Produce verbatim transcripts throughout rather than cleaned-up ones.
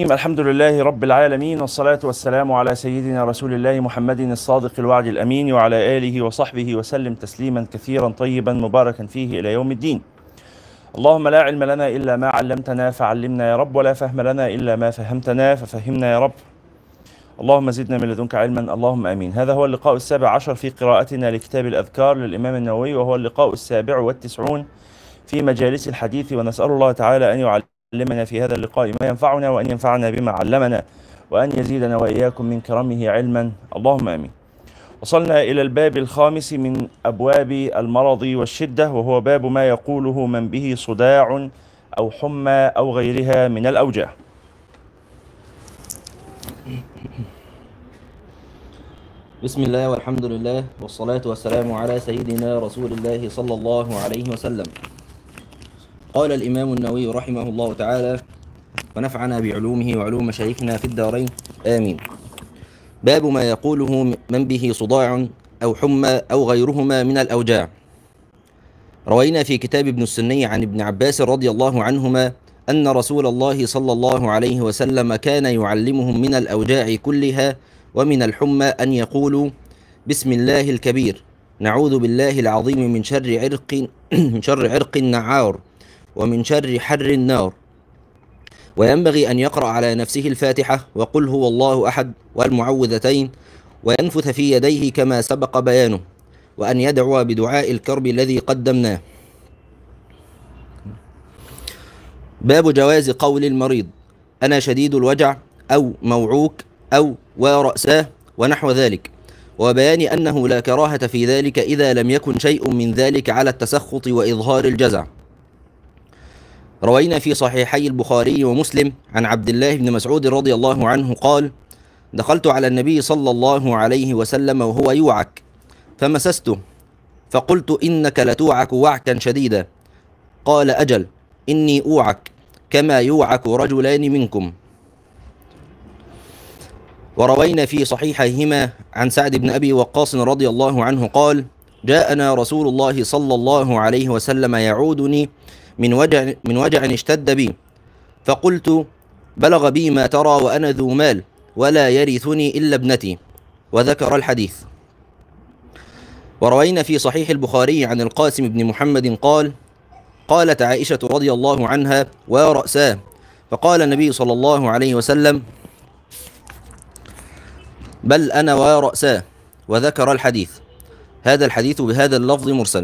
الحمد لله رب العالمين، والصلاة والسلام على سيدنا رسول الله محمد الصادق الوعد الأمين، وعلى آله وصحبه وسلم تسليما كثيرا طيبا مباركا فيه إلى يوم الدين. اللهم لا علم لنا إلا ما علمتنا فعلمنا يا رب، ولا فهم لنا إلا ما فهمتنا ففهمنا يا رب. اللهم زدنا من لدنك علما، اللهم آمين. هذا هو اللقاء السابع عشر في قراءتنا لكتاب الأذكار للإمام النووي، وهو اللقاء السابع والتسعون في مجالس الحديث، ونسأل الله تعالى أن يعلمنا في هذا اللقاء ما ينفعنا، وأن ينفعنا بما علمنا، وأن يزيدنا وإياكم من كرمه علما، اللهم آمين. وصلنا إلى الباب الخامس من أبواب المرض والشدة، وهو باب ما يقوله من به صداع أو حمى أو غيرها من الأوجاع. بسم الله والحمد لله والصلاة والسلام على سيدنا رسول الله صلى الله عليه وسلم. قال الإمام النووي رحمه الله تعالى، ونفعنا بعلومه وعلوم مشايخنا في الدارين آمين. باب ما يقوله من به صداع أو حمى أو غيرهما من الأوجاع. روينا في كتاب ابن السني عن ابن عباس رضي الله عنهما أن رسول الله صلى الله عليه وسلم كان يعلمهم من الأوجاع كلها ومن الحمى أن يقولوا: بسم الله الكبير، نعوذ بالله العظيم من شر عرق من شر عرق النعار، ومن شر حر النار. وينبغي أن يقرأ على نفسه الفاتحة وقل هو الله أحد والمعوذتين، وينفث في يديه كما سبق بيانه، وأن يدعو بدعاء الكرب الذي قدمناه. باب جواز قول المريض: أنا شديد الوجع، أو موعوك، أو ورأساه، ونحو ذلك، وبيان أنه لا كراهة في ذلك إذا لم يكن شيء من ذلك على التسخط وإظهار الجزع. روينا في صحيحي البخاري ومسلم عن عبد الله بن مسعود رضي الله عنه قال: دخلت على النبي صلى الله عليه وسلم وهو يوعك، فمسسته فقلت: إنك لتوعك وعكا شديدا. قال: أجل، إني أوعك كما يوعك رجلان منكم. وروينا في صحيحيهما عن سعد بن أبي وقاص رضي الله عنه قال: جاءنا رسول الله صلى الله عليه وسلم يعودني من وجع, من وجع اشتد بي، فقلت: بلغ بي ما ترى وأنا ذو مال، ولا يرثني إلا ابنتي. وذكر الحديث. وروينا في صحيح البخاري عن القاسم بن محمد قال: قالت عائشة رضي الله عنها: ورأساه. فقال النبي صلى الله عليه وسلم: بل أنا ورأساه. وذكر الحديث. هذا الحديث بهذا اللفظ مرسل.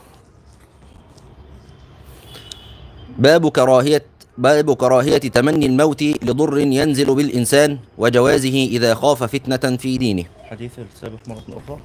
باب كراهية باب كراهية تمني الموت لضر ينزل بالإنسان، وجوازه إذا خاف فتنة في دينه. حديث السابق مرة أخرى.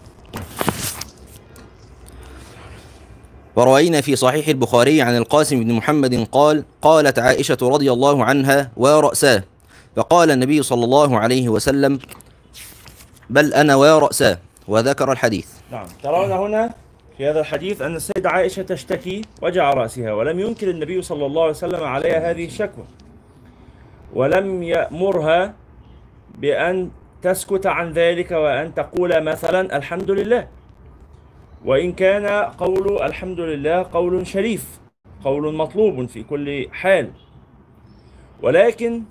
وروينا في صحيح البخاري عن القاسم بن محمد قال: قالت عائشة رضي الله عنها: ورأساه. فقال النبي صلى الله عليه وسلم: بل أنا ورأساه. وذكر الحديث. نعم، ترون هنا في هذا الحديث أن السيدة عائشة تشتكي وجع رأسها، ولم ينكر النبي صلى الله عليه وسلم عليها هذه الشكوى، ولم يأمرها بأن تسكت عن ذلك وأن تقول مثلا الحمد لله، وإن كان قول الحمد لله قول شريف، قول مطلوب في كل حال، ولكن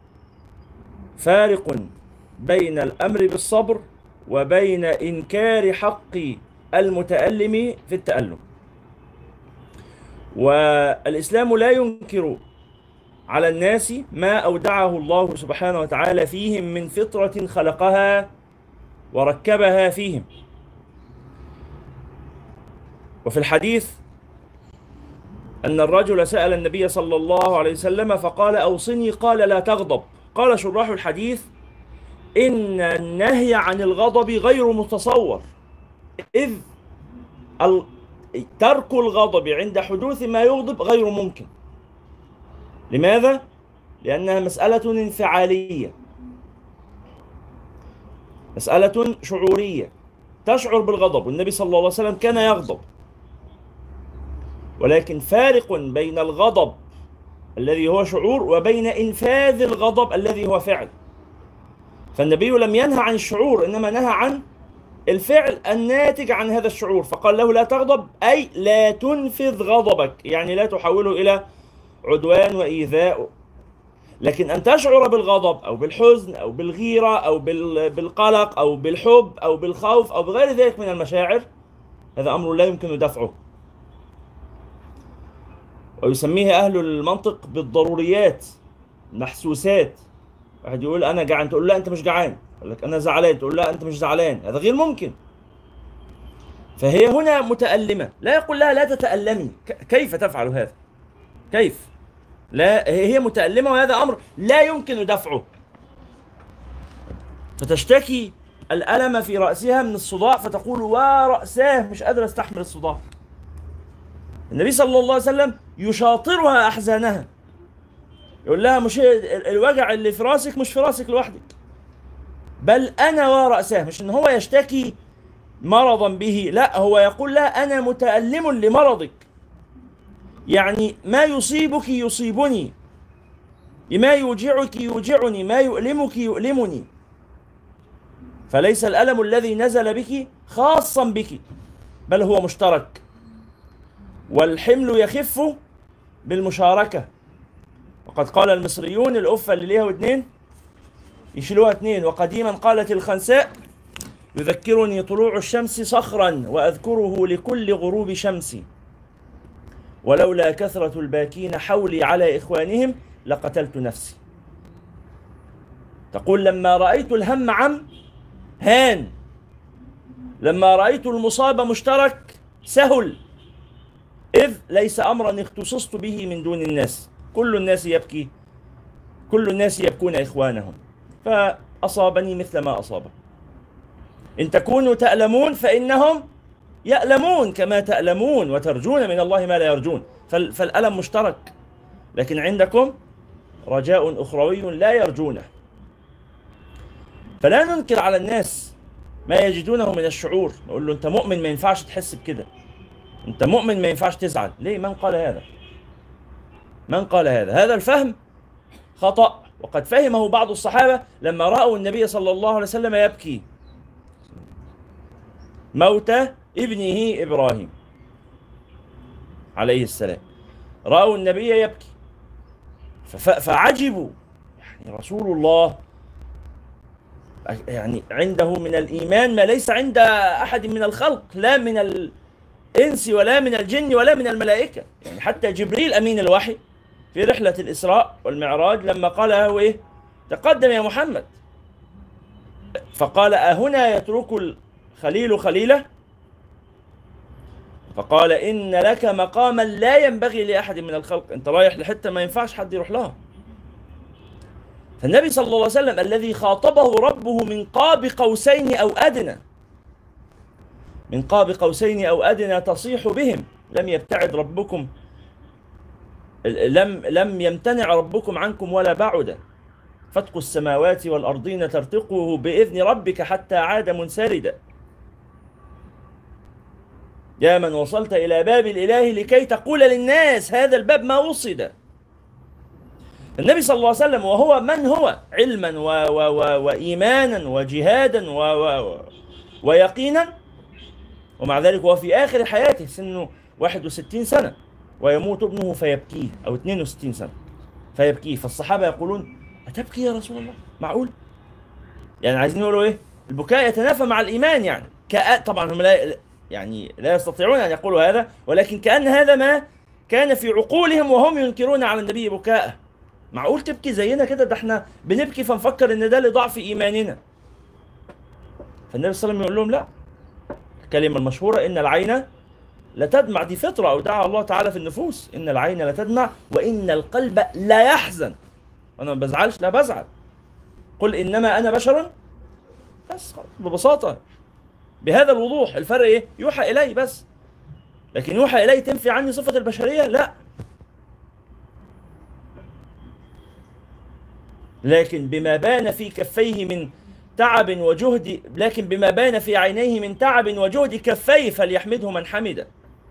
فارق بين الأمر بالصبر وبين إنكار حق المتألم في التألم. والإسلام لا ينكر على الناس ما أودعه الله سبحانه وتعالى فيهم من فطرة خلقها وركبها فيهم. وفي الحديث أن الرجل سأل النبي صلى الله عليه وسلم فقال: أوصني. قال: لا تغضب. قال شراح الحديث: إن النهي عن الغضب غير متصور، إذ ترك الغضب عند حدوث ما يغضب غير ممكن. لماذا؟ لأنها مسألة انفعالية، مسألة شعورية، تشعر بالغضب، والنبي صلى الله عليه وسلم كان يغضب، ولكن فارق بين الغضب الذي هو شعور وبين إنفاذ الغضب الذي هو فعل. فالنبي لم ينهى عن الشعور، إنما نهى عن الفعل الناتج عن هذا الشعور، فقال له: لا تغضب، أي لا تنفذ غضبك، يعني لا تحوله إلى عدوان وإيذاء لكن أن تشعر بالغضب أو بالحزن أو بالغيرة أو بالقلق أو بالحب أو بالخوف أو بغير ذلك من المشاعر، هذا أمر لا يمكن دفعه، ويسميه أهل المنطق بالضروريات، محسوسات. واحد يقول أنا جعان، تقول لا أنت مش جعان، يقول لك أنا زعلان، تقول لا أنت مش زعلان، هذا غير ممكن. فهي هنا متألمة، لا يقول لها لا تتألمي، كيف تفعل هذا؟ كيف؟ لا، هي متألمة وهذا أمر لا يمكن دفعه، فتشتكي الألم في رأسها من الصداع، فتقول ورأساه مش قادرة استحمل الصداع. النبي صلى الله عليه وسلم يشاطرها أحزانها، يقول لها مش الوجع اللي في راسك مش في راسك لوحدك، بل أنا ورأساه. مش إن هو يشتكي مرضا به، لا، هو يقول لها أنا متألم لمرضك، يعني ما يصيبك يصيبني، ما يوجعك يوجعني، ما يؤلمك يؤلمني. فليس الألم الذي نزل بك خاصا بك، بل هو مشترك، والحمل يخف بالمشاركة. وقد قال المصريون الأفة اللي ليها ودنين يشيلوها اتنين. وقديما قالت الخنساء يذكرني طلوع الشمس صخرا وأذكره لكل غروب شمسي، ولولا كثرة الباكين حولي على إخوانهم لقتلت نفسي. تقول لما رأيت الهم عم هان، لما رأيت المصاب مشترك سهل، إذ ليس أمرا اختصصت به من دون الناس، كل الناس يبكي، كل الناس يبكون إخوانهم، فأصابني مثل ما أصابه. إن تكونوا تألمون فإنهم يألمون كما تألمون، وترجون من الله ما لا يرجون، فالألم مشترك، لكن عندكم رجاء أخروي لا يرجونه. فلا ننكر على الناس ما يجدونه من الشعور، نقول له أنت مؤمن ما ينفعش تحس بكده، أنت مؤمن ما ينفعش تزعل. ليه؟ من قال هذا؟ من قال هذا؟ هذا الفهم خطأ، وقد فهمه بعض الصحابة لما رأوا النبي صلى الله عليه وسلم يبكي موت ابنه إبراهيم عليه السلام، رأوا النبي يبكي فعجبوا، يعني رسول الله يعني عنده من الإيمان ما ليس عند أحد من الخلق، لا من الإنس ولا من الجن ولا من الملائكة. يعني حتى جبريل أمين الوحي في رحلة الإسراء والمعراج لما قال له إيه؟ تقدم يا محمد، فقال أهنا يترك الخليل خليله؟ فقال إن لك مقاما لا ينبغي لأحد من الخلق، أنت رايح لحتة ما ينفعش حد يروح لها. فالنبي صلى الله عليه وسلم الذي خاطبه ربه من قاب قوسين أو أدنى، من قاب قوسين أو أدنى تصيح بهم، لم يبتعد ربكم، لم لم يمتنع ربكم عنكم ولا بعد، فتق السماوات والأرضين ترتقه بإذن ربك حتى عاد منسردا. يا من وصلت إلى باب الإله لكي تقول للناس هذا الباب ما وصد. النبي صلى الله عليه وسلم وهو من هو علما و و و وإيمانا وجهادا و و ويقينا، ومع ذلك هو في آخر حياته سنه واحد وستين سنة ويموت ابنه فيبكيه، أو اثنين وستين سنة فيبكيه. فالصحابة يقولون أتبكي يا رسول الله؟ معقول؟ يعني عايزين يقولوا إيه؟ البكاء يتنافى مع الإيمان، يعني كأ... طبعا هم لا يعني لا يستطيعون أن يقولوا هذا، ولكن كأن هذا ما كان في عقولهم وهم ينكرون على النبي بكاءه. معقول تبكي زينا كده؟ ده احنا بنبكي فنفكر ان ده لضعف ايماننا. فالنبي صلى الله عليه وسلم يقول لهم لا، الكلمة المشهورة ان العين لتدمع، دي فطرة أودعها الله تعالى في النفوس، ان العين لتدمع وان القلب لا يحزن. انا ما بزعلش، لا بزعل. قل انما انا بشر، بس ببساطة بهذا الوضوح. الفرق ايه؟ يوحى الي بس، لكن يوحى الي تنفي عني صفة البشرية؟ لا. لكن بما بان في كفيه من تعب وجهد، لكن بما بان في عينيه من تعب وجهد كفيه فليحمده من حمده.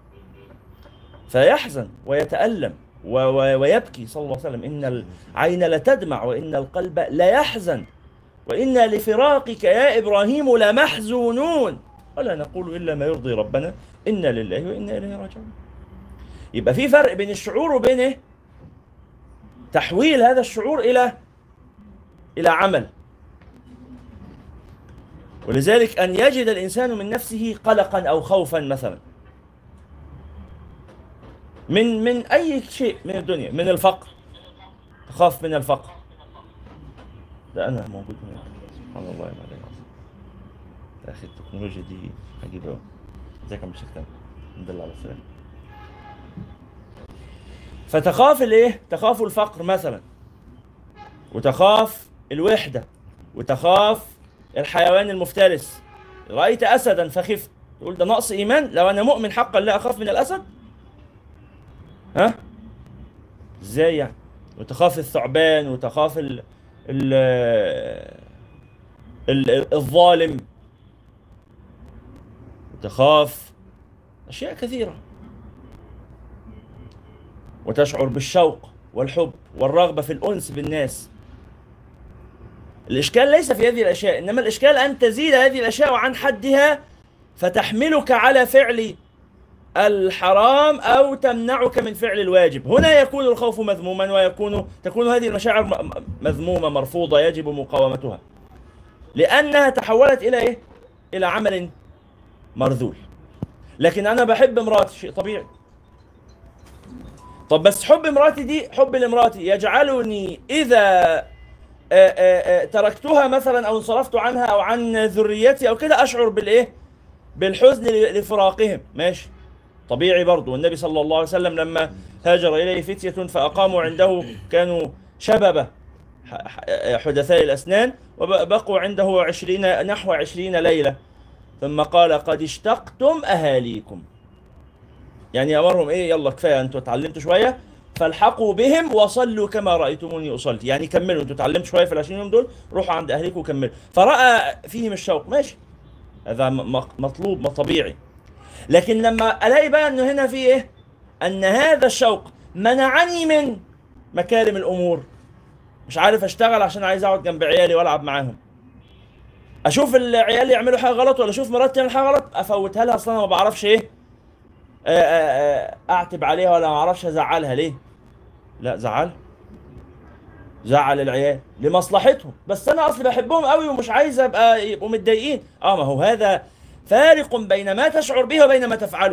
فيحزن ويتألم ويبكي صلى الله عليه وسلم، إن العين لتدمع وإن القلب لا يحزن وإنا لفراقك يا إبراهيم لمحزونون ولا نقول إلا ما يرضي ربنا إنا لله وإنا إليه راجعون. يبقى في فرق بين الشعور وبين إيه؟ تحويل هذا الشعور إلى إلى عمل. ولذلك أن يجد الإنسان من نفسه قلقا أو خوفا مثلا من من أي شيء من الدنيا، من الفقر، تخاف من الفقر. ده أنا موجود هنا، سبحان الله العظيم. يا أخي التكنولوجيا دي عجيبة أوي. ازيك يا عم الشيخ تامر؟ الحمد لله على السلامة. فتخاف الإيه؟ تخاف الفقر مثلا، وتخاف الوحدة، وتخاف الحيوان المفترس. رأيت أسدا فخفت، تقول ده نقص إيمان؟ لو أنا مؤمن حقا لا أخاف من الأسد؟ ها؟ إزاي يعني؟ وتخاف الثعبان، وتخاف ال ال ال الظالم، وتخاف أشياء كثيرة، وتشعر بالشوق والحب والرغبة في الأنس بالناس. الإشكال ليس في هذه الأشياء، إنما الإشكال أن تزيد هذه الأشياء عن حدها فتحملك على فعل الحرام أو تمنعك من فعل الواجب. هنا يكون الخوف مذموما، ويكون تكون هذه المشاعر مذمومة مرفوضة يجب مقاومتها، لأنها تحولت إلى إيه؟ إلى عمل مرذول. لكن أنا بحب مراتي، شيء طبيعي. طب بس حب مراتي دي، حب لمراتي يجعلني إذا آآ آآ تركتها مثلا أو انصرفت عنها أو عن ذريتي أو كده أشعر بالإيه؟ بالحزن لفراقهم. ماشي، طبيعي برضو. والنبي صلى الله عليه وسلم لما هاجر إليه فتية فأقاموا عنده، كانوا شببة حدثاء الأسنان، وبقوا عنده عشرين نحو عشرين ليلة، ثم قال قد اشتقتم أهاليكم. يعني أمرهم إيه؟ يلا كفاية، أنتوا اتعلمتوا شوية فالحقوا بهم وصلوا كما رأيتموني أصلي. يعني كملوا، أنتوا اتعلمتوا شوية في العشرين يوم دول، روحوا عند أهليكم وكملوا. فرأى فيهم الشوق، ماشي، هذا مطلوب، ما طبيعي. لكن لما ألاقي بقى أنه هنا في إيه؟ أن هذا الشوق منعني من مكارم الأمور، مش عارف أشتغل عشان عايز أقعد جنب عيالي وألعب معاهم، أشوف العيال يعملوا حاجة غلط ولا أشوف مراتي تعمل حاجة غلط أفوتها لها، أصلا أنا ما بعرفش إيه أعتب عليها ولا ما أعرفش أزعلها. ليه؟ لا، زعل زعل العيال لمصلحتهم، بس أنا أصلي بحبهم قوي ومش عايز أبقى يبقوا متضايقين. أه ما هو هذا فارق بين ما تشعر به وبين ما تفعله.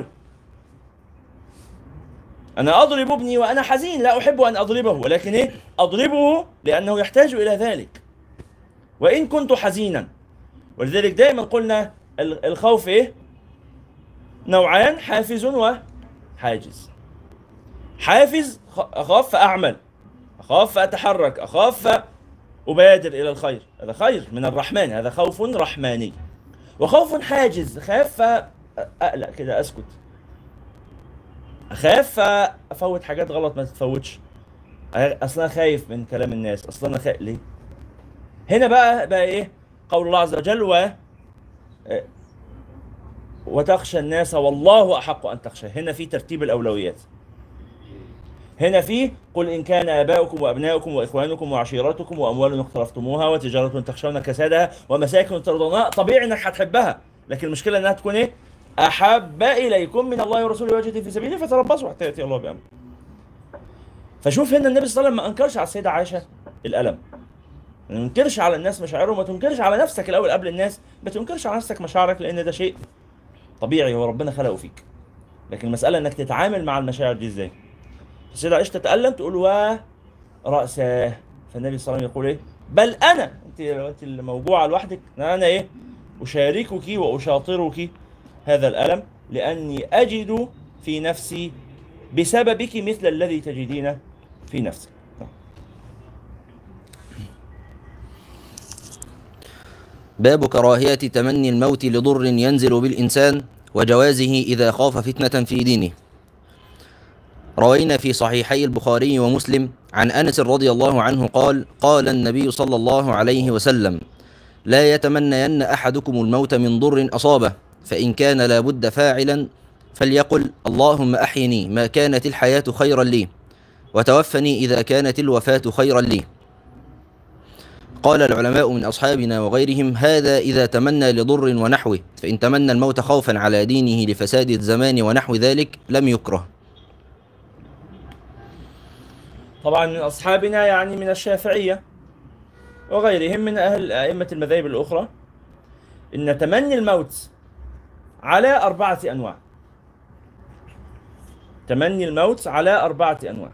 أنا أضرب ابني وأنا حزين، لا أحب أن أضربه، ولكن إيه؟ أضربه لأنه يحتاج إلى ذلك وإن كنت حزينا. ولذلك دائما قلنا الخوف إيه؟ نوعان، حافز وحاجز. حافز، أخاف فأعمل، أخاف فأتحرك، أخاف فأبادر إلى الخير، هذا خير من الرحمن، هذا خوف رحماني. وخوف حاجز، خاف فأقلق كده، أسكت، أخاف فأفوت حاجات غلط ما تتفوتش، أصلا خايف من كلام الناس، أصلا خايف. ليه؟ هنا بقى بقى إيه؟ قول الله عز وجل و وتخشى الناس والله أحق أن تخشى. هنا في ترتيب الأولويات. هنا في قل إن كان آباؤكم وأبناؤكم وإخوانكم وعشيرتكم وأموال اقترفتموها وتجارة تخشون كسادها ومساكن ترضونها. طبيعي إنك هتحبها، لكن المشكلة إنها تكون إيه؟ أحب إليكم من الله ورسوله وجهاد في سبيله فتربصوا حتى يأتي الله بأمره. فشوف هنا النبي صلى الله عليه وسلم ما أنكرش على السيدة عائشة الألم، ما تنكرش على الناس مشاعرهم، ما تنكرش على نفسك الأول قبل الناس، ما تنكرش على نفسك مشاعرك، لأن ده شيء طبيعي وربنا خلقه فيك. لكن المسألة إنك تتعامل مع المشاعر دي إزاي. السيدة عائشة تتألم تقول ورأساه، فالنبي صلى الله عليه وسلم يقول إيه؟ بل أنا، أنت أنت اللي موجوعة لوحدك، أنا إيه؟ أشاركك وأشاطرك هذا الألم، لأني أجد في نفسي بسببك مثل الذي تجدين في نفسك. باب كراهية تمني الموت لضر ينزل بالإنسان وجوازه إذا خاف فتنة في دينه. روينا في صحيحي البخاري ومسلم عن أنس رضي الله عنه قال قال النبي صلى الله عليه وسلم لا يتمنين أحدكم الموت من ضر أصابه، فإن كان لا بد فاعلا فليقل اللهم أحيني ما كانت الحياة خيرا لي، وتوفني إذا كانت الوفاة خيرا لي. قال العلماء من أصحابنا وغيرهم هذا إذا تمنى لضر ونحوه، فإن تمنى الموت خوفا على دينه لفساد الزمان ونحو ذلك لم يكره. طبعا من أصحابنا يعني من الشافعية وغيرهم من أهل أئمة المذاهب الأخرى، إن تمني الموت على أربعة أنواع. تمني الموت على أربعة أنواع.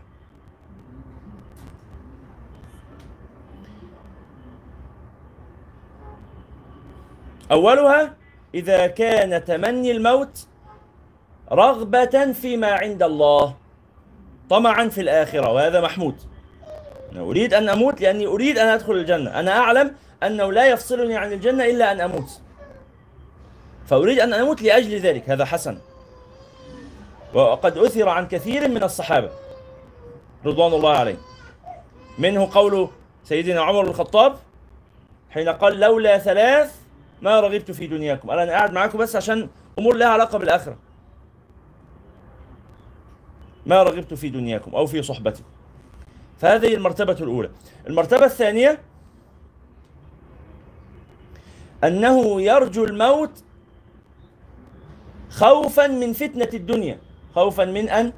أولها إذا كان تمني الموت رغبة فيما عند الله، طمعا في الآخرة، وهذا محمود. أنا أريد أن أموت لأني أريد أن أدخل الجنة، أنا أعلم أنه لا يفصلني عن الجنة إلا أن أموت، فأريد أن أموت لأجل ذلك، هذا حسن. وقد أثر عن كثير من الصحابة رضوان الله عليهم، منه قول سيدنا عمر بن الخطاب حين قال لولا ثلاث ما رغبت في دنياكم، قال أنا قاعد معاكم بس عشان أمور لها علاقة بالآخرة، ما رغبت في دنياكم أو في صحبتي. فهذه المرتبة الأولى. المرتبة الثانية أنه يرجو الموت خوفا من فتنة الدنيا، خوفا من أن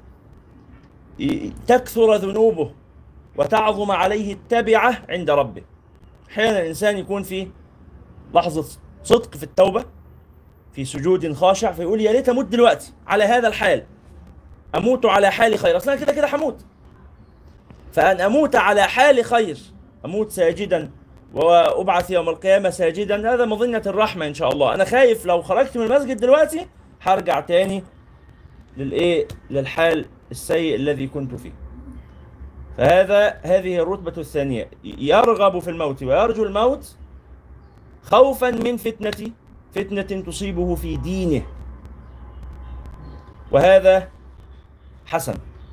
تكثر ذنوبه وتعظم عليه التبعة عند ربه. أحيانا الإنسان يكون في لحظة صدق في التوبة، في سجود خاشع، فيقول يا ريت أموت دلوقتي على هذا الحال، أموت على حال خير، أصلا كده كده هموت، فأن أموت على حال خير، أموت ساجدا وأبعث يوم القيامة ساجدا، هذا مظنة الرحمة إن شاء الله. أنا خايف لو خرجت من المسجد دلوقتي هرجع تاني للإيه؟ للحال السيء الذي كنت فيه. فهذا هذه الرتبة الثانية، يرغب في الموت ويرجو الموت خوفا من فتنة فتنة تصيبه في دينه، وهذا حسن.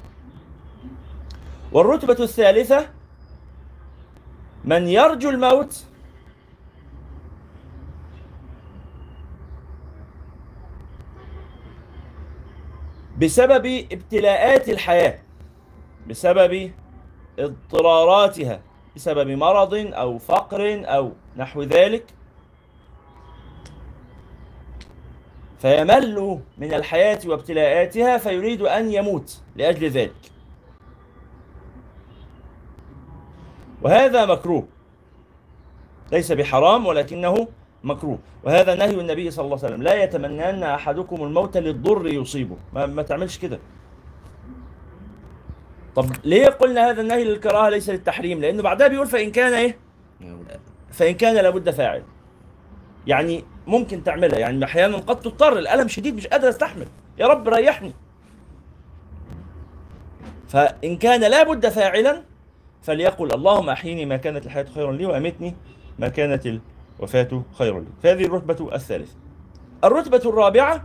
والرتبة الثالثة من يرجو الموت بسبب ابتلاءات الحياة، بسبب اضطراراتها، بسبب مرض أو فقر أو نحو ذلك، فيمل من الحياة وابتلاءاتها فيريد أن يموت لأجل ذلك، وهذا مكروه، ليس بحرام ولكنه مكروه. وهذا نهي النبي صلى الله عليه وسلم، لا يتمنن أحدكم الموت للضر يصيبه، ما, ما تعملش كده. طب ليه قلنا هذا النهي للكراهة ليس للتحريم؟ لأنه بعدها بيقول فإن كان إيه؟ فإن كان لابد فاعل، يعني ممكن تعملها، يعني أحيانا قد تضطر، الألم شديد مش قادر أستحمل، يا رب ريحني. فإن كان لابد فاعلا فليقل اللهم أحيني ما كانت الحياة خيرا لي وأمتني ما كانت الوفاة خيرا لي. فهذه الرتبة الثالثة. الرتبة الرابعة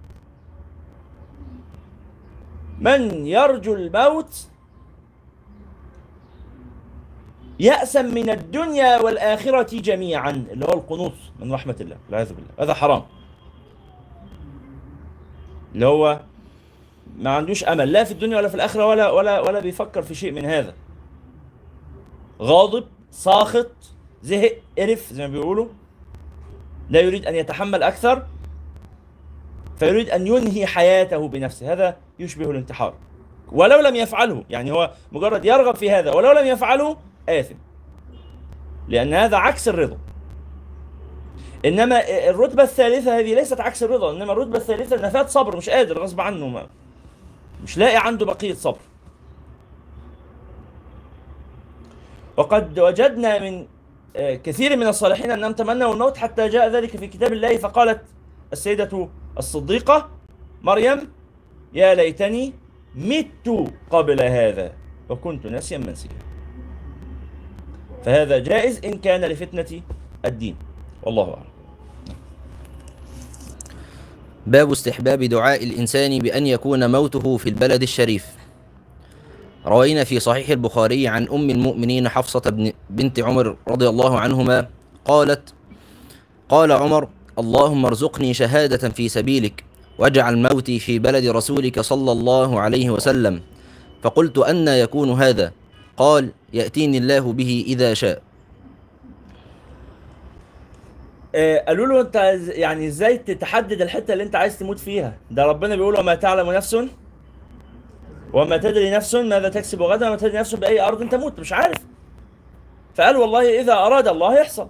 من يرجو الموت يأسا من الدنيا والآخرة جميعا، اللي هو القنوط من رحمة الله والعياذ بالله، هذا حرام، اللي هو ما عندوش أمل لا في الدنيا ولا في الآخرة، ولا ولا ولا بيفكر في شيء من هذا، غاضب ساخط زهق قرف زي ما بيقولوا، لا يريد أن يتحمل أكثر فيريد أن ينهي حياته بنفسه، هذا يشبه الانتحار ولو لم يفعله، يعني هو مجرد يرغب في هذا ولو لم يفعله آثم، لأن هذا عكس الرضا. إنما الرتبة الثالثة هذه ليست عكس الرضا، إنما الرتبة الثالثة نفاذ صبر، مش قادر غصب عنه، ما مش لاقي عنده بقية صبر. وقد وجدنا من كثير من الصالحين أنهم تمنوا الموت حتى جاء ذلك في كتاب الله، فقالت السيدة الصديقة مريم يا ليتني مت قبل هذا وكنت ناسيا منسيا. فهذا جائز إن كان لفتنة الدين، والله أعلم. باب استحباب دعاء الإنسان بأن يكون موته في البلد الشريف. روينا في صحيح البخاري عن أم المؤمنين حفصة بنت عمر رضي الله عنهما قالت: قال عمر: اللهم ارزقني شهادة في سبيلك واجعل موتي في بلد رسولك صلى الله عليه وسلم. فقلت: أنى يكون هذا؟ قال: يأتيني الله به إذا شاء. قالوا له انت يعني ازاي تحدد الحته اللي انت عايز تموت فيها؟ ده ربنا بيقول وما تعلم نفس وما تدري نفس ماذا تكسب غدا وما تدري نفس بأي أرض تموت، مش عارف. فقال والله إذا أراد الله يحصل.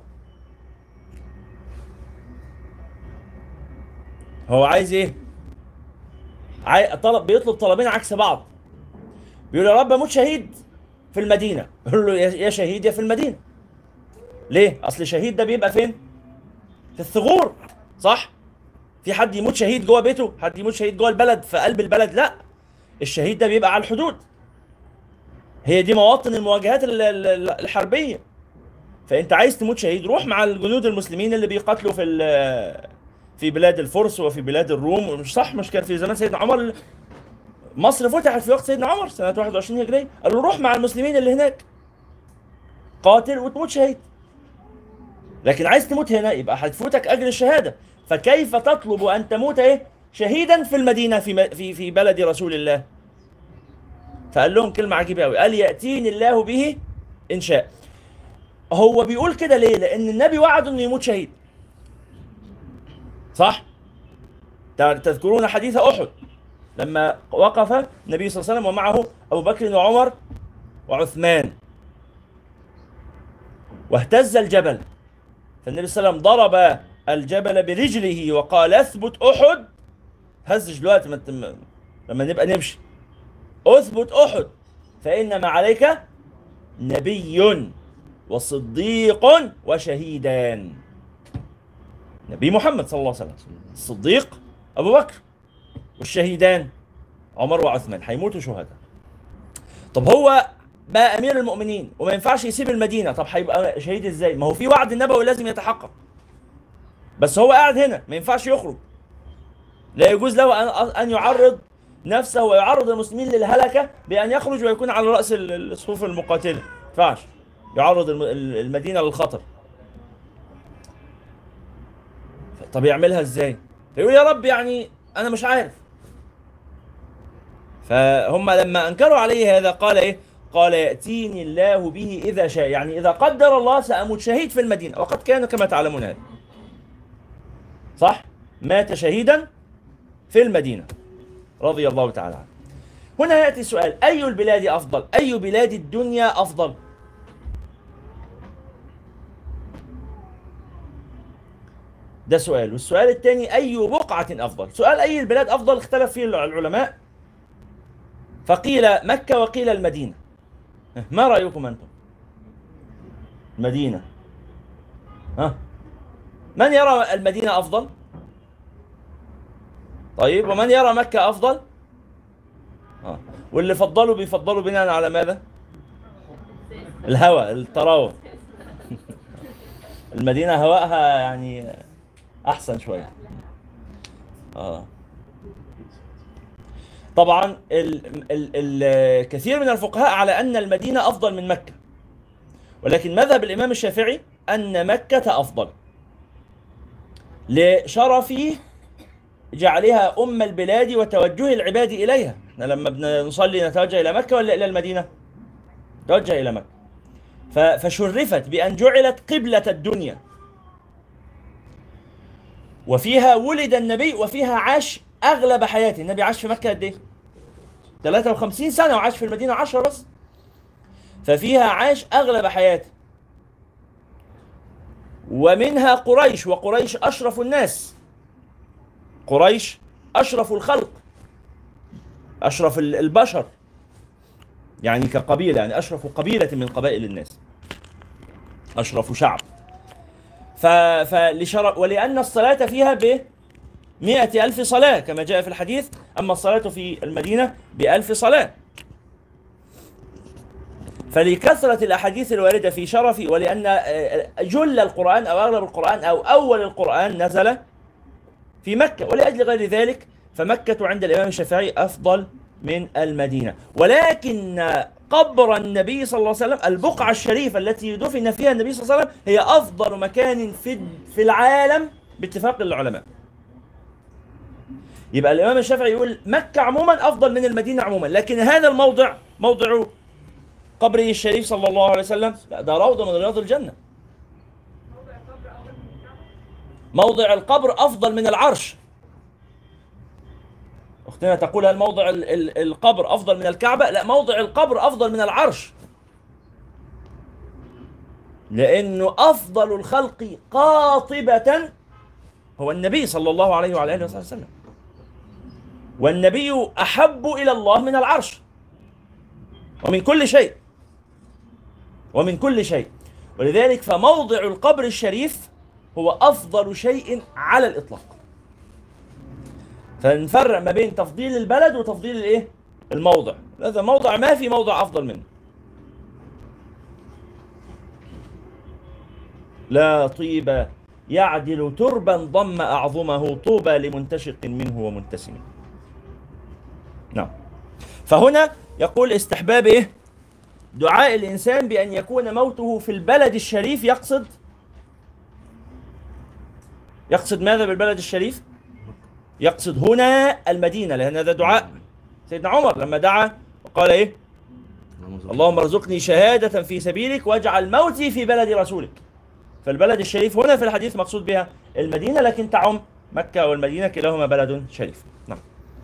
هو عايز إيه؟ عاي... طلب بيطلب طلبين عكس بعض. بيقول يا رب أموت شهيد في المدينة، يقول له يا شهيد يا في المدينة. ليه؟ أصل شهيد ده بيبقى فين؟ في الثغور، صح؟ في حد يموت شهيد جوه بيته؟ حد يموت شهيد جوه البلد في قلب البلد؟ لا، الشهيد ده بيبقى على الحدود. هي دي مواطن المواجهات الحربية. فأنت عايز تموت شهيد، روح مع الجنود المسلمين اللي بيقاتلوا في في بلاد الفرس وفي بلاد الروم. مش صح؟ مش كان في زمان سيدنا عمر مصر فتحت في وقت سيدنا عمر سنة واحد وعشرين هجرية؟ قالوا روح مع المسلمين اللي هناك قاتل وتموت شهيد. لكن عايز تموت هنا يبقى هتفوتك أجر الشهادة. فكيف تطلب أن تموت إيه؟ شهيدا في المدينة في في في بلد رسول الله. فقال لهم كلمة عجيبة قوي، قال يأتيني الله به إن شاء. هو بيقول كده ليه؟ لأن النبي وعده إنه يموت شهيد. صح؟ تذكرون حديث أحد لما وقف النبي صلى الله عليه وسلم ومعه أبو بكر وعمر وعثمان واهتز الجبل، فالنبي صلى الله عليه وسلم ضرب الجبل برجله وقال اثبت أحد. هزج دلوقتي لما نبقى نمشي، اثبت أحد فإنما عليك نبي وصديق وشهيدان. نبي محمد صلى الله عليه وسلم، الصديق أبو بكر، والشهيدان عمر وعثمان هيموتوا شهداء. طب هو بقى أمير المؤمنين وما ينفعش يسيب المدينة، طب هيبقى شهيد ازاي؟ ما هو في وعد النبوي لازم يتحقق، بس هو قاعد هنا ما ينفعش يخرج. لا يجوز له أن يعرض نفسه ويعرض المسلمين للهلكة بأن يخرج ويكون على رأس الصفوف المقاتلة. ما ينفعش يعرض المدينة للخطر. طب يعملها ازاي؟ يقول يا رب يعني أنا مش عارف. فهم لما أنكروا عليه هذا قال إيه؟ قال يأتيني الله به إذا شاء، يعني إذا قدر الله سأموت شهيد في المدينة، وقد كان كما تعلمون هذا. صح؟ مات شهيدا في المدينة رضي الله تعالى عنه. هنا يأتي سؤال، أي البلاد أفضل؟ أي بلاد الدنيا أفضل؟ ده سؤال. والسؤال الثاني أي بقعة أفضل؟ سؤال أي البلاد أفضل اختلف فيه العلماء، فقيل مكة وقيل المدينة. ما رأيكم أنتم؟ المدينة. ها؟ من يرى المدينة أفضل؟ طيب ومن يرى مكة أفضل؟ آه. واللي فضلوا بيفضلوا بناء على ماذا؟ الهواء، التراوح. المدينة هواءها يعني أحسن شوية. آه. طبعا الكثير من الفقهاء على أن المدينة أفضل من مكة، ولكن مذهب الإمام الشافعي أن مكة أفضل لشرف جعلها أم البلاد وتوجه العباد إليها. احنا لما بنصلي نتوجه إلى مكة ولا إلى المدينة؟ نتوجه إلى مكة. فشرفت بأن جعلت قبلة الدنيا، وفيها ولد النبي وفيها عاش أغلب حياته. النبي عاش في مكة قد إيه؟ ثلاثة وخمسين سنة، وعاش في المدينة عشرة بس. ففيها عاش أغلب حياته، ومنها قريش، وقريش أشرف الناس. قريش أشرف الخلق، أشرف البشر، يعني كقبيلة، يعني أشرف قبيلة من قبائل الناس، أشرف شعب. فلشرف، ولأن الصلاة فيها بمئة ألف صلاة كما جاء في الحديث، أما الصلاة في المدينة بألف صلاة. فلكثرة الأحاديث الواردة في شرف، ولأن جل القرآن أو أغلب القرآن أو أول القرآن نزل في مكة، ولأجل غير ذلك فمكة عند الإمام الشافعي أفضل من المدينة. ولكن قبر النبي صلى الله عليه وسلم، البقعة الشريفة التي دفن فيها النبي صلى الله عليه وسلم، هي أفضل مكان في في العالم باتفاق العلماء. يبقى الإمام الشافعي يقول مكة عموما أفضل من المدينة عموما، لكن هذا الموضع موضع قبره الشريف صلى الله عليه وسلم لا، ده روضة من رياض الجنة. موضع القبر أفضل من العرش. أختنا تقول هل موضع ال ال القبر أفضل من الكعبة؟ لا، موضع القبر أفضل من العرش، لأنه أفضل الخلق قاطبة هو النبي صلى الله عليه وعلى آله وسلم، والنبي أحب إلى الله من العرش ومن كل شيء ومن كل شيء. ولذلك فموضع القبر الشريف هو أفضل شيء على الإطلاق. فنفرق ما بين تفضيل البلد وتفضيل الايه؟ الموضع. هذا موضع ما في موضع أفضل منه. لا طيب يعدل تربا ضم أعظمه، طوبى لمنتشق منه ومنتسم. نعم. فهنا يقول استحباب ايه؟ دعاء الإنسان بأن يكون موته في البلد الشريف. يقصد يقصد ماذا بالبلد الشريف؟ يقصد هنا المدينة، لأن هذا دعاء سيدنا عمر لما دعا وقال ايه؟ اللهم ارزقني شهادة في سبيلك واجعل موتي في بلد رسولك. فالبلد الشريف هنا في الحديث مقصود بها المدينة، لكن تعم مكة والمدينة كلاهما بلد شريف. نعم.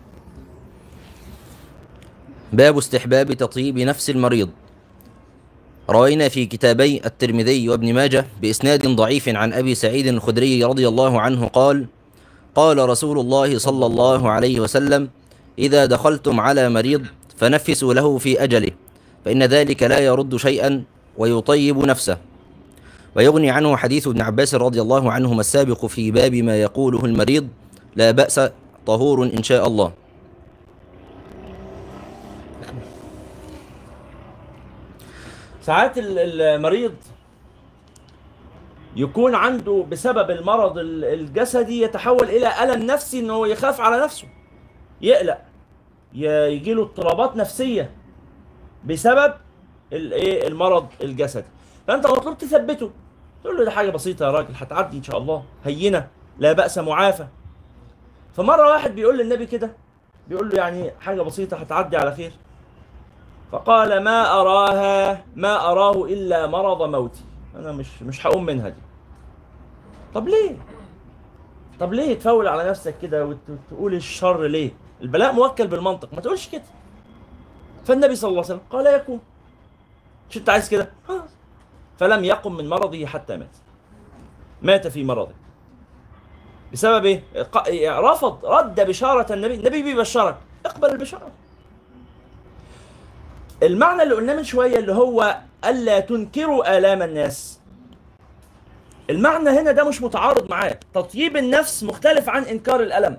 باب استحباب تطيب نفس المريض. روينا في كتابي الترمذي وابن ماجه بإسناد ضعيف عن أبي سعيد الخدري رضي الله عنه قال: قال رسول الله صلى الله عليه وسلم: إذا دخلتم على مريض فنفسوا له في أجله، فإن ذلك لا يرد شيئا ويطيب نفسه. ويغني عنه حديث ابن عباس رضي الله عنهما السابق في باب ما يقوله المريض: لا بأس، طهور إن شاء الله. ساعات المريض يكون عنده بسبب المرض الجسدي يتحول إلى ألم نفسي، إنه يخاف على نفسه، يقلق، يجيله اضطرابات نفسية بسبب الايه؟ المرض الجسدي. فأنت مطلوب تثبته، تقول له ده حاجة بسيطة يا راجل، هتعدي إن شاء الله، هينة، لا بأس، معافى. فمرة واحد بيقول للنبي كده، بيقول له يعني حاجة بسيطة هتعدي على خير. فقال: ما أراها ما أراه إلا مرض موتي، أنا مش مش هقوم منها دي. طب ليه؟ طب ليه تفول على نفسك كده وتقول الشر ليه؟ البلاء موكل بالمنطق، ما تقولش كده. فالنبي صلى الله عليه وسلم قال: يكون. مش أنت عايز كده؟ خلاص. فلم يقم من مرضه حتى مات. مات في مرضه. بسبب إيه؟ رفض، رد بشارة النبي، النبي بيبشرك، اقبل البشارة. المعنى اللي قلناه من شوية اللي هو ألا تنكروا آلام الناس، المعنى هنا ده مش متعارض معاه. تطييب النفس مختلف عن إنكار الألم.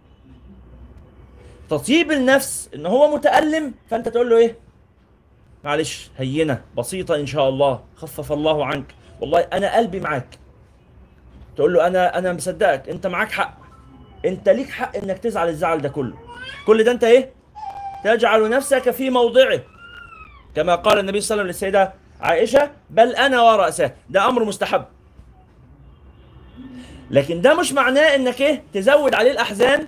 تطييب النفس إن هو متألم، فأنت تقول له إيه؟ معلش، هينة، بسيطة إن شاء الله، خفف الله عنك، والله أنا قلبي معاك. تقول له أنا أنا مصدقك، أنت معاك حق، أنت ليك حق إنك تزعل الزعل ده كله. كل ده أنت إيه؟ تجعل نفسك في موضعه، كما قال النبي صلى الله عليه وسلم للسيدة عائشة: بل أنا ورأسه. ده أمر مستحب، لكن ده مش معناه إنك إيه؟ تزود عليه الأحزان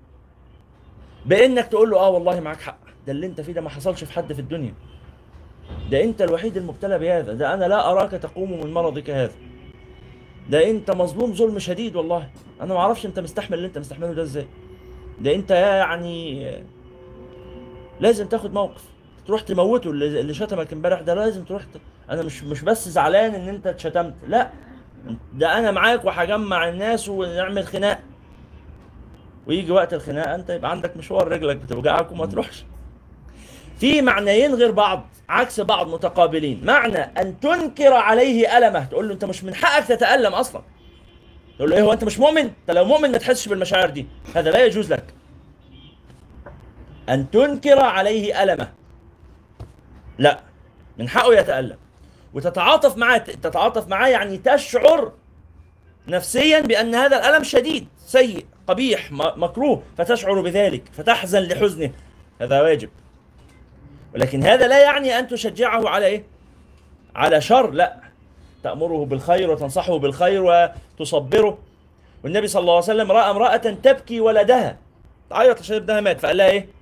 بإنك تقول له آه والله معاك حق، ده اللي أنت فيه ده ما حصلش في حد في الدنيا، ده أنت الوحيد المبتلى بهذا، ده أنا لا أراك تقوم من مرضك هذا، ده أنت مظلوم ظلم شديد، والله أنا ما أعرفش أنت مستحمل اللي أنت مستحمله ده إزاي، ده أنت يعني لازم تاخد موقف، تروح تموته اللي شتمك امبارح ده، لازم تروح ت... انا مش مش بس زعلان ان انت اتشتمت، لا، ده انا معاك وهجمع الناس ونعمل خناق، ويجي وقت الخناقه انت يبقى عندك مشوار، رجلك بتوجعك وما تروحش. في معنيين غير بعض، عكس بعض، متقابلين. معنى ان تنكر عليه المه، تقول له انت مش من حقك تتالم اصلا، تقول له ايه هو انت مش مؤمن؟ انت لو مؤمن ما تحسش بالمشاعر دي، هذا لا يجوز لك. ان تنكر عليه المه، لا، من حقه يتألم، وتتعاطف معاه. تتعاطف معاه يعني تشعر نفسيا بأن هذا الألم شديد، سيء، قبيح، مكروه، فتشعر بذلك، فتحزن لحزنه، هذا واجب. ولكن هذا لا يعني أن تشجعه على إيه؟ على شر، لا، تأمره بالخير وتنصحه بالخير وتصبره. والنبي صلى الله عليه وسلم رأى امرأة تبكي ولدها، تعيط عشان ابنها مات، فقال لها إيه؟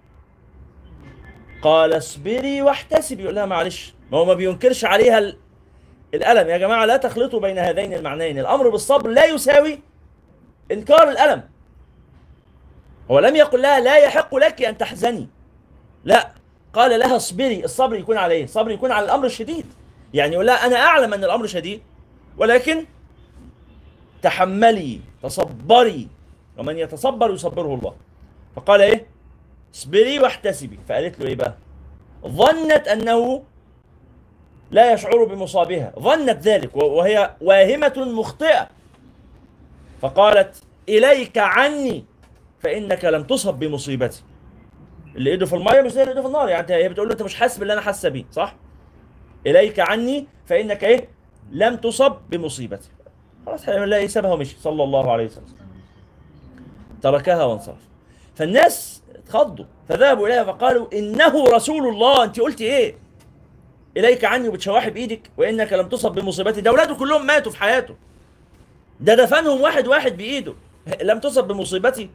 قال اصبري واحتسبي. يقول لها معلش، ما هو ما بينكرش عليها الألم. يا جماعة لا تخلطوا بين هذين المعنيين، الأمر بالصبر لا يساوي إنكار الألم. هو لم يقل لها لا يحق لك أن تحزني، لا، قال لها اصبري. الصبر يكون على ايه؟ الصبر يكون على الأمر الشديد. يعني يقول لها أنا أعلم أن الأمر شديد، ولكن تحملي، تصبري، ومن يتصبر يصبره الله. فقال ايه؟ اصبري واحتسبي. فقالت له ايه بقى؟ ظنت أنه لا يشعر بمصابها، ظنت ذلك وهي واهمة مخطئة. فقالت إليك عني فإنك لم تصب بمصيبتي. اللي ايده في الميه مش زي اللي ايده في النار. يعني هي بتقول له انت مش حاسس باللي انا حاسه بيه، صح؟ اليك عني فانك ايه؟ لم تصب بمصيبتي. خلاص لا، سابها ومشي صلى الله عليه وسلم، تركها وانصرف. فالناس اتخضوا فذهبوا اليها فقالوا انه رسول الله. انت قلتي ايه؟ اليك عني وبتشوحي بايدك وانك لم تصب بمصيبتي. ده اولاده كلهم ماتوا في حياته، ده دفنهم واحد واحد بايده. لم تصب بمصيبتي.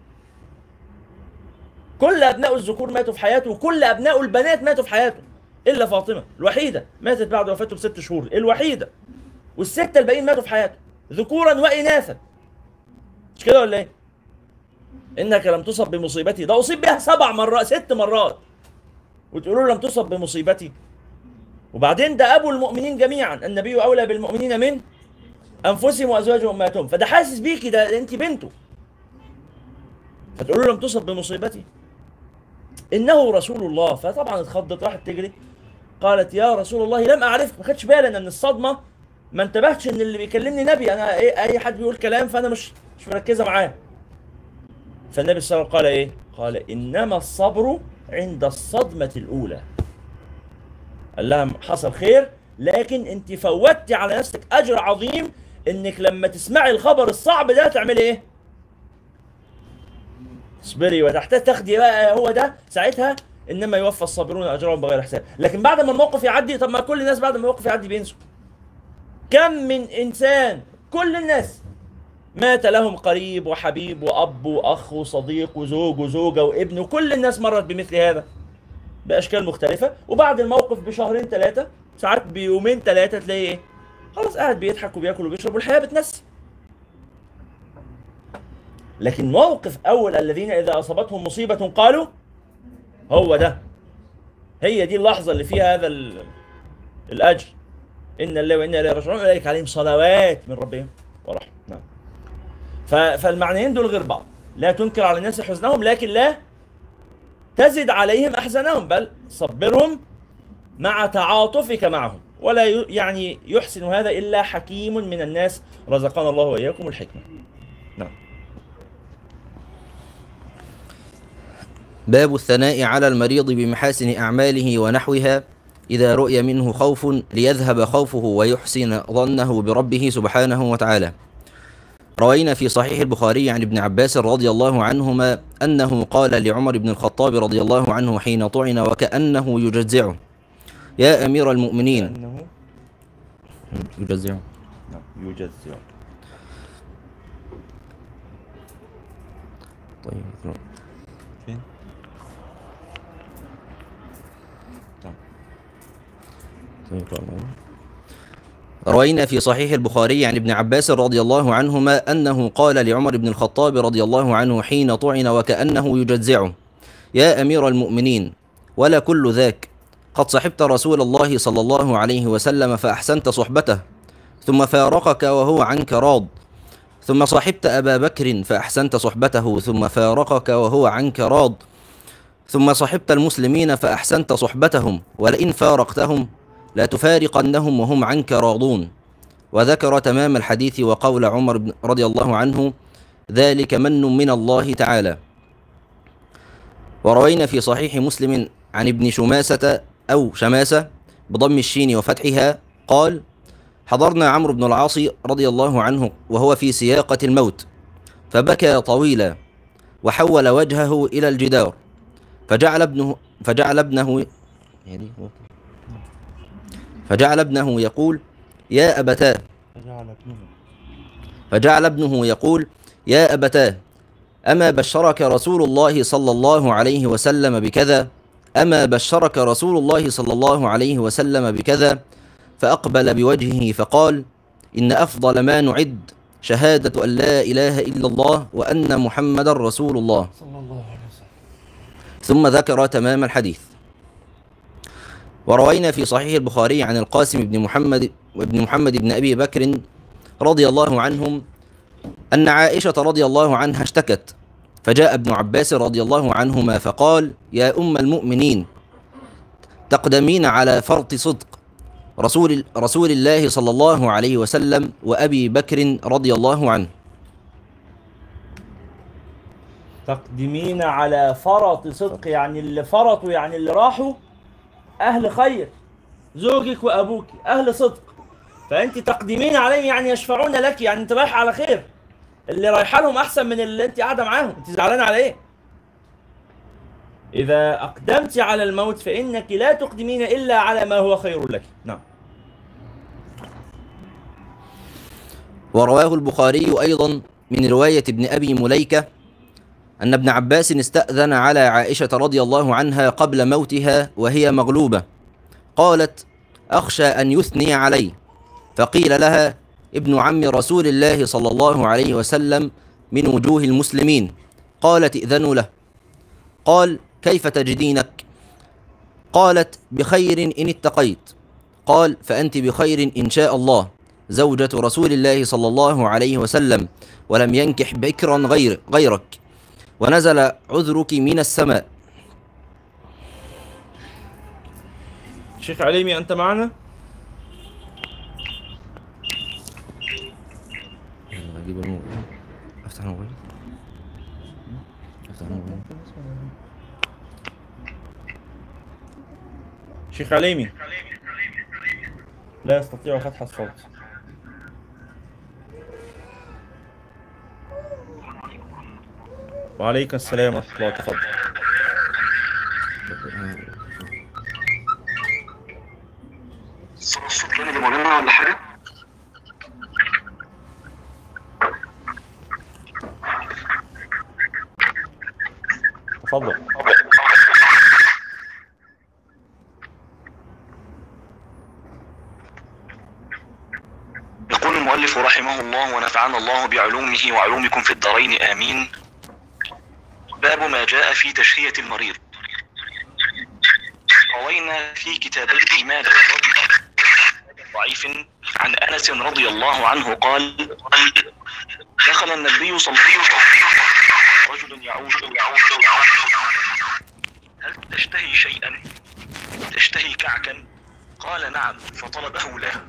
كل ابناء الذكور ماتوا في حياته، وكل ابناء البنات ماتوا في حياته، الا فاطمه الوحيده ماتت بعد وفاته بست شهور، الوحيده. والسته الباقيين ماتوا في حياته ذكورا واناثا. مش كده ولا ايه؟ انك لم تصب بمصيبتي، ده اصيب بها سبع مرات ست مرات، وتقولوا له لم تصب بمصيبتي. وبعدين ده ابو المؤمنين جميعا، النبي اولى بالمؤمنين من انفسهم وازواجهم امهاتهم، فده حاسس بيكي، ده انت بنته، فتقولوا له لم تصب بمصيبتي. انه رسول الله. فطبعا اتخضت، راحت تجري قالت يا رسول الله لم اعرفك. ما خدش بالي انا من الصدمه، ما انتبهتش ان اللي بيكلمني نبي. انا ايه، اي حد بيقول كلام فانا مش مش مركزه معاه. فالنبي صلى الله عليه وسلم قال ايه؟ قال انما الصبر عند الصدمه الاولى. قال لها حصل خير، لكن انت فوتي على نفسك اجر عظيم انك لما تسمعي الخبر الصعب ده تعملي ايه؟ اصبري وتحتاج تاخدي بقى. هو ده ساعتها انما يوفى الصابرون اجرهم بغير حساب. لكن بعد ما الموقف يعدي، طب ما كل الناس بعد ما الموقف يعدي بينسوا. كم من انسان، كل الناس مات لهم قريب وحبيب واب واخ وصديق وزوج وزوجه وابن، وكل الناس مرت بمثل هذا باشكال مختلفه، وبعد الموقف بشهرين ثلاثه، ساعات بيومين ثلاثه، تلاقيه ايه؟ خلاص قاعد بيضحك وبياكل وبيشرب والحياه بتنسي. لكن موقف اول الذين اذا اصابتهم مصيبه قالوا، هو ده، هي دي اللحظه اللي فيها هذا الاجر. ان الله وانا اليه راجعون، اولئك عليهم صلوات من ربهم ورحمه. نعم. فالمعنيين دول غير بعض. لا تنكر على الناس حزنهم، لكن لا تزد عليهم احزانهم، بل صبرهم مع تعاطفك معهم. ولا يعني يحسن هذا الا حكيم من الناس، رزقنا الله واياكم الحكمه. نعم. باب الثناء على المريض بمحاسن أعماله ونحوها إذا رؤي منه خوف ليذهب خوفه ويحسن ظنه بربه سبحانه وتعالى. روينا في صحيح البخاري عن ابن عباس رضي الله عنهما أنه قال لعمر بن الخطاب رضي الله عنه حين طعن وكأنه يجزعه: يا أمير المؤمنين. كأنه يجزعه. نعم يجزع. طيب فين؟ روينا في صحيح البخاري عن ابن عباس رضي الله عنهما أنه قال لعمر بن الخطاب رضي الله عنه حين طعن وكأنه يجزعه: يا أمير المؤمنين، ولا كل ذاك، قد صحبت رسول الله صلى الله عليه وسلم فأحسنت صحبته ثم فارقك وهو عنك راض، ثم صحبت أبا بكر فأحسنت صحبته ثم فارقك وهو عنك راض، ثم صحبت المسلمين فأحسنت صحبتهم ولئن فارقتهم لا تفارقنهم وهم عنك راضون. وذكر تمام الحديث وقول عمر رضي الله عنه: ذلك من من الله تعالى. وروينا في صحيح مسلم عن ابن شماسة أو شماسة بضم الشين وفتحها قال: حضرنا عمرو بن العاص رضي الله عنه وهو في سياقة الموت، فبكى طويلا وحول وجهه إلى الجدار، فجعل ابنه فجعل ابنه فجعل ابنه يقول: يا أبتاه فجعل ابنه يقول: يا أبتاه، أما بشرك رسول الله صلى الله عليه وسلم بكذا؟ أما بشرك رسول الله صلى الله عليه وسلم بكذا؟ فأقبل بوجهه فقال: إن أفضل ما نعد شهادة أن لا إله إلا الله وأن محمدا رسول الله. صلى الله عليه وسلم. ثم ذكر تمام الحديث. وروينا في صحيح البخاري عن القاسم بن محمد وابن محمد بن أبي بكر رضي الله عنهم أن عائشة رضي الله عنها اشتكت، فجاء ابن عباس رضي الله عنهما فقال: يا أم المؤمنين، تقدمين على فرط صدق رسول, رسول الله صلى الله عليه وسلم وأبي بكر رضي الله عنه. تقدمين على فرط صدق، يعني اللي فرطوا، يعني اللي راحوا أهل خير، زوجك وأبوك أهل صدق، فأنت تقدمين عليهم يعني يشفعون لك، يعني أنت رايح على خير، اللي رايحه لهم أحسن من اللي أنت قاعدة معاهم، أنت زعلانة على إيه؟ إذا أقدمت على الموت فإنك لا تقدمين إلا على ما هو خير لك. نعم. ورواه البخاري أيضا من رواية ابن أبي مليكة أن ابن عباس استأذن على عائشة رضي الله عنها قبل موتها وهي مغلوبة، قالت: أخشى أن يثني علي، فقيل لها: ابن عم رسول الله صلى الله عليه وسلم من وجوه المسلمين، قالت: ائذنوا له. قال: كيف تجدينك؟ قالت: بخير إن اتقيت. قال: فأنت بخير إن شاء الله، زوجة رسول الله صلى الله عليه وسلم، ولم ينكح بكرا غير غيرك، ونزل عذرك من السماء. شيخ عليمي أنت معنا؟ أجيب الموبايل، أفتح الموبايل، أفتح الموبايل. شيخ عليمي لا يستطيع فتح الصوت. وعليكم السلام ورحمة الله، تفضل. الصوت جامد يا مولانا ولا حاجة؟ تفضل. يقول المؤلف رحمه الله ونفعنا الله بعلومه وعلومكم في الدارين آمين. باب ما جاء في تشهية المريض. روينا في كتابي الإيمان ضعيف عن أنس رضي الله عنه قال: دخل النبي صلى الله عليه وسلم رجل يعود هل تشتهي شيئا؟ تشتهي كعكا؟ قال: نعم، فطلبه له.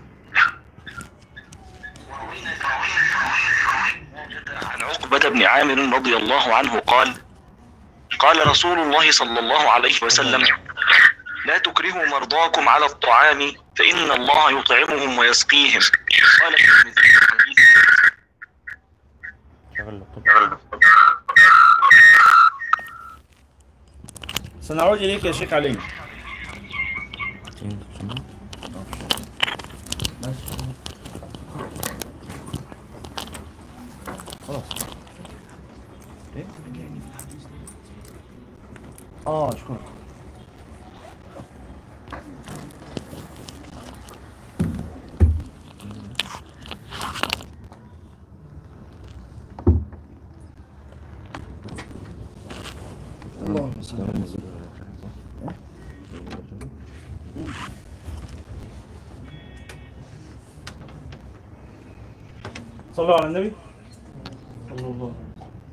عن عقبة بن عامر رضي الله عنه قال: قال رسول الله صلى الله عليه وسلم: لا تكرهوا مرضاكم على الطعام فإن الله يطعمهم ويسقيهم. قال سنعود إليك يا شيخ علي. خلاص. ايه؟ اه شكرا. اللهم صل على سيدنا صلوا على النبي صلى الله عليه وسلم.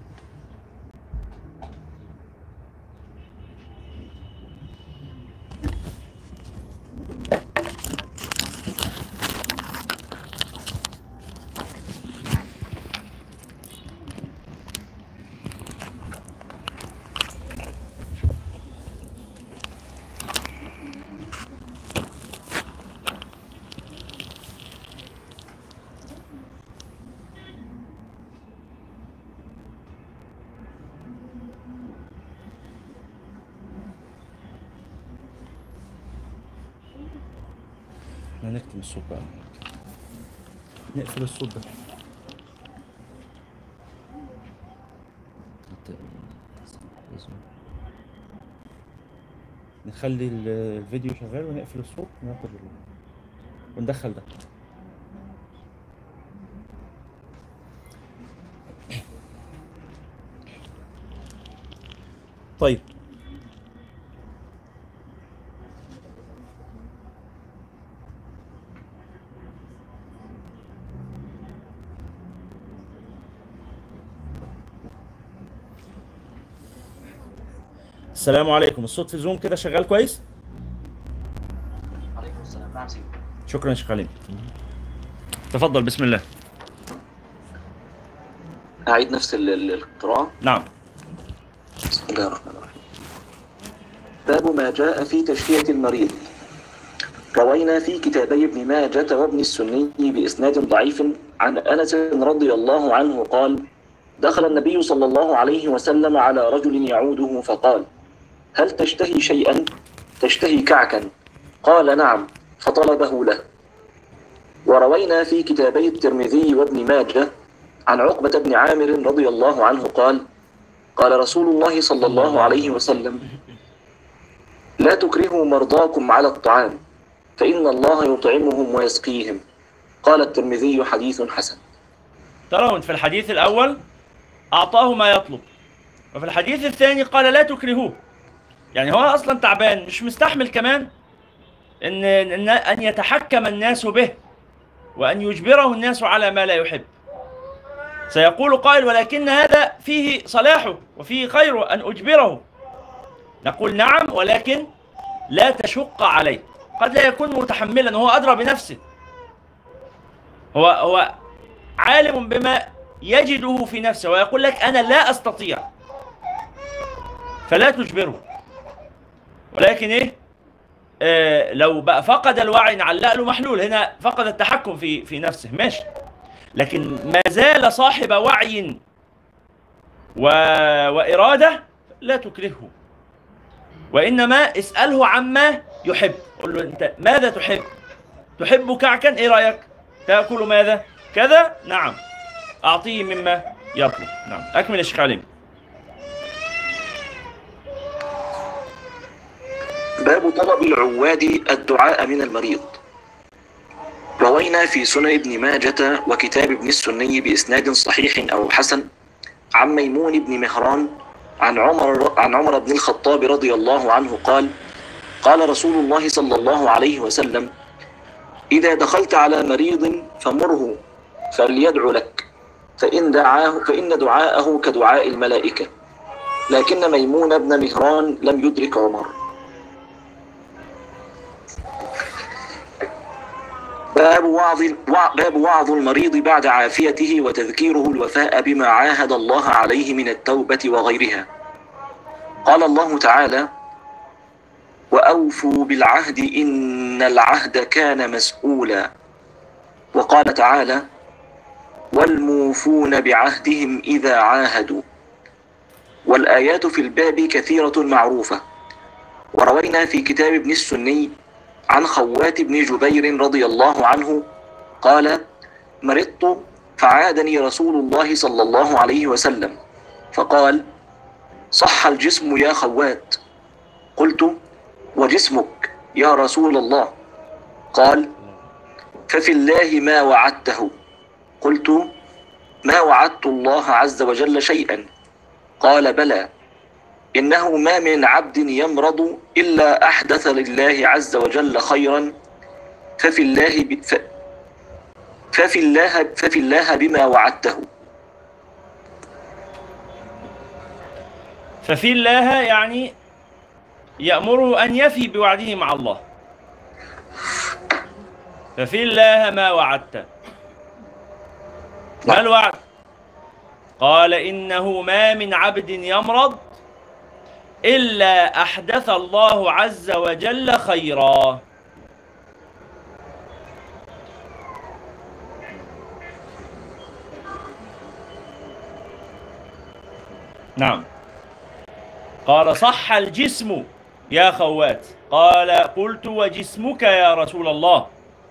احنا نكتم الصوت بقى، نقفل الصوت ده. نخلي الفيديو شغال ونقفل الصوت وناخد وندخل ده. طيب السلام عليكم، الصوت في زوم كده شغال كويس؟ عليكم السلام. نعم سيدي. شكرا يا شيخ علي. تفضل بسم الله. أعيد نفس ال- ال- القراءة. نعم. بسم الله الرحمن الرحيم. باب ما جاء في تشفية المريض. روينا في كتابي ابن ماجة وابن السني بإسناد ضعيف عن أنس رضي الله عنه قال: دخل النبي صلى الله عليه وسلم على رجل يعوده فقال: هل تشتهي شيئا؟ تشتهي كعكا؟ قال: نعم، فطلبه له. وروينا في كتابي الترمذي وابن ماجه عن عقبة بن عامر رضي الله عنه قال: قال رسول الله صلى الله عليه وسلم: لا تكرهوا مرضاكم على الطعام فإن الله يطعمهم ويسقيهم. قال الترمذي: حديث حسن. ترون في الحديث الأول أعطاه ما يطلب، وفي الحديث الثاني قال لا تكرهوه. يعني هو أصلا تعبان مش مستحمل كمان إن إن أن يتحكم الناس به وأن يجبره الناس على ما لا يحب. سيقول قائل: ولكن هذا فيه صلاحه وفيه خيره أن أجبره. نقول: نعم، ولكن لا تشق عليه. قد لا يكون متحملا، هو أدرى بنفسه، هو هو عالم بما يجده في نفسه ويقول لك أنا لا أستطيع، فلا تجبره. ولكن إيه؟ آه لو بقى فقد الوعي نعلق له محلول، هنا فقد التحكم في في نفسه ماشي، لكن ما زال صاحب وعي و... وإرادة لا تكرهه، وإنما اسأله عما يحب. قل له: أنت ماذا تحب؟ تحب كعكا؟ إيه رأيك؟ تأكل ماذا؟ كذا؟ نعم، أعطيه مما يطلب. نعم، أكمل يا شيخ علي. باب طلب العواد الدعاء من المريض. روينا في سنن ابن ماجة وكتاب ابن السني بإسناد صحيح أو حسن عن ميمون بن مهران عن عمر عن عمر بن الخطاب رضي الله عنه قال: قال رسول الله صلى الله عليه وسلم: إذا دخلت على مريض فمره فليدعو لك، فإن دعاه فإن دعاءه كدعاء الملائكة. لكن ميمون بن مهران لم يدرك عمر. باب وعظ باب وعظ المريض بعد عافيته وتذكيره الوفاء بما عاهد الله عليه من التوبة وغيرها. قال الله تعالى: وأوفوا بالعهد إن العهد كان مسؤولا. وقال تعالى: والموفون بعهدهم إذا عاهدوا. والآيات في الباب كثيرة معروفة. وروينا في كتاب ابن السني عن خوات بن جبير رضي الله عنه قال: مرضت فعادني رسول الله صلى الله عليه وسلم فقال: صح الجسم يا خوات. قلت: وجسمك يا رسول الله؟ قال: ففي الله ما وعدته. قلت: ما وعدت الله عز وجل شيئا. قال: بلى، إنه ما من عبد يمرض إلا أحدث لله عز وجل خيرا ففي الله ب... ف... ففي الله ففي الله بما وعدته. ففي الله يعني يأمره أن يفي بوعده مع الله. ففي الله ما وعدته. ما الوعد؟ قال: إنه ما من عبد يمرض إلا أحدث الله عز وجل خيرا. نعم. قال: صح الجسم يا خوات. قال: قلت: وجسمك يا رسول الله؟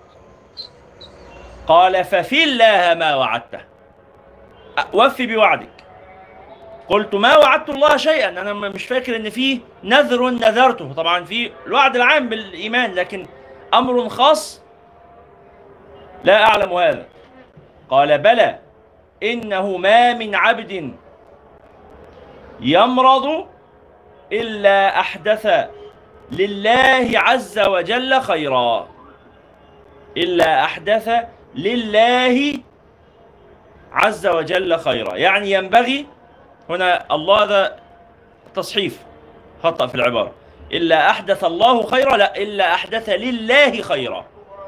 قال: ففي الله ما وعدته. وفي بوعدك. قلت: ما وعدت الله شيئا، أنا مش فاكر إن فيه نذر نذرته. طبعا في الوعد العام بالإيمان، لكن أمر خاص لا أعلم هذا. قال: بلى، إنه ما من عبد يمرض إلا أحدث لله عز وجل خيرا. إلا أحدث لله عز وجل خيرا، يعني ينبغي هنا الله هذا تصحيف خطأ في العبارة، إلا أحدث الله خيرا، لا، إلا أحدث لله خيرا،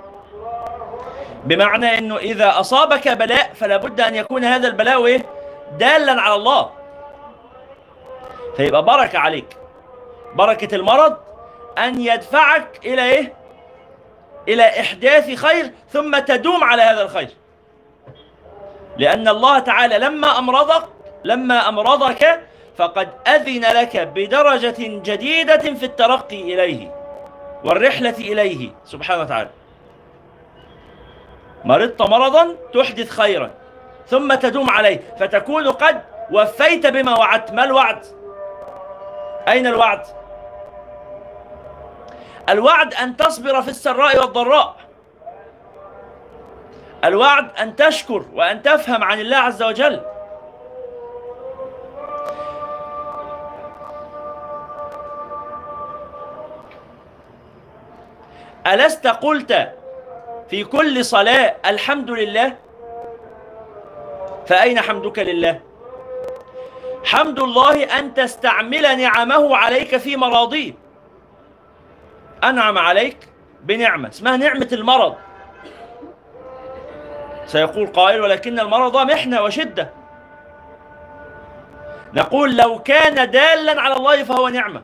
بمعنى أنه إذا أصابك بلاء فلا بد أن يكون هذا البلاء إيه؟ دالا على الله، فيبقى بركة عليك. بركة المرض أن يدفعك إلى إيه؟ إلى إحداث خير ثم تدوم على هذا الخير، لأن الله تعالى لما أمرضك لما أمرضك فقد أذن لك بدرجة جديدة في الترقي إليه والرحلة إليه سبحانه وتعالى. مرضت مرضا تحدث خيرا ثم تدوم عليه، فتكون قد وفيت بما وعدت. ما الوعد؟ أين الوعد؟ الوعد أن تصبر في السراء والضراء، الوعد أن تشكر وأن تفهم عن الله عز وجل. ألست قلت في كل صلاة الحمد لله؟ فأين حمدك لله؟ حمد الله أن تستعمل نعمه عليك في مراضيه. أنعم عليك بنعمة اسمها نعمة المرض. سيقول قائل ولكن المرض محنة وشدة. نقول لو كان دالا على الله فهو نعمة،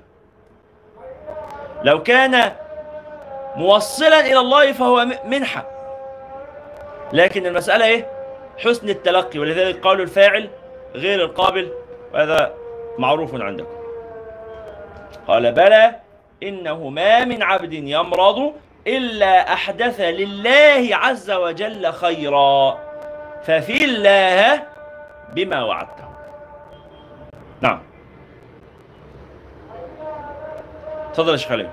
لو كان موصلا إلى الله فهو منحة، لكن المسألة إيه؟ حسن التلقي، ولذلك قالوا الفاعل غير القابل، وهذا معروف عندكم. قال بلى إنه ما من عبد يمرض إلا أحدث لله عز وجل خيرا ففي الله بما وعدته. نعم، تفضل يا شيخ علي،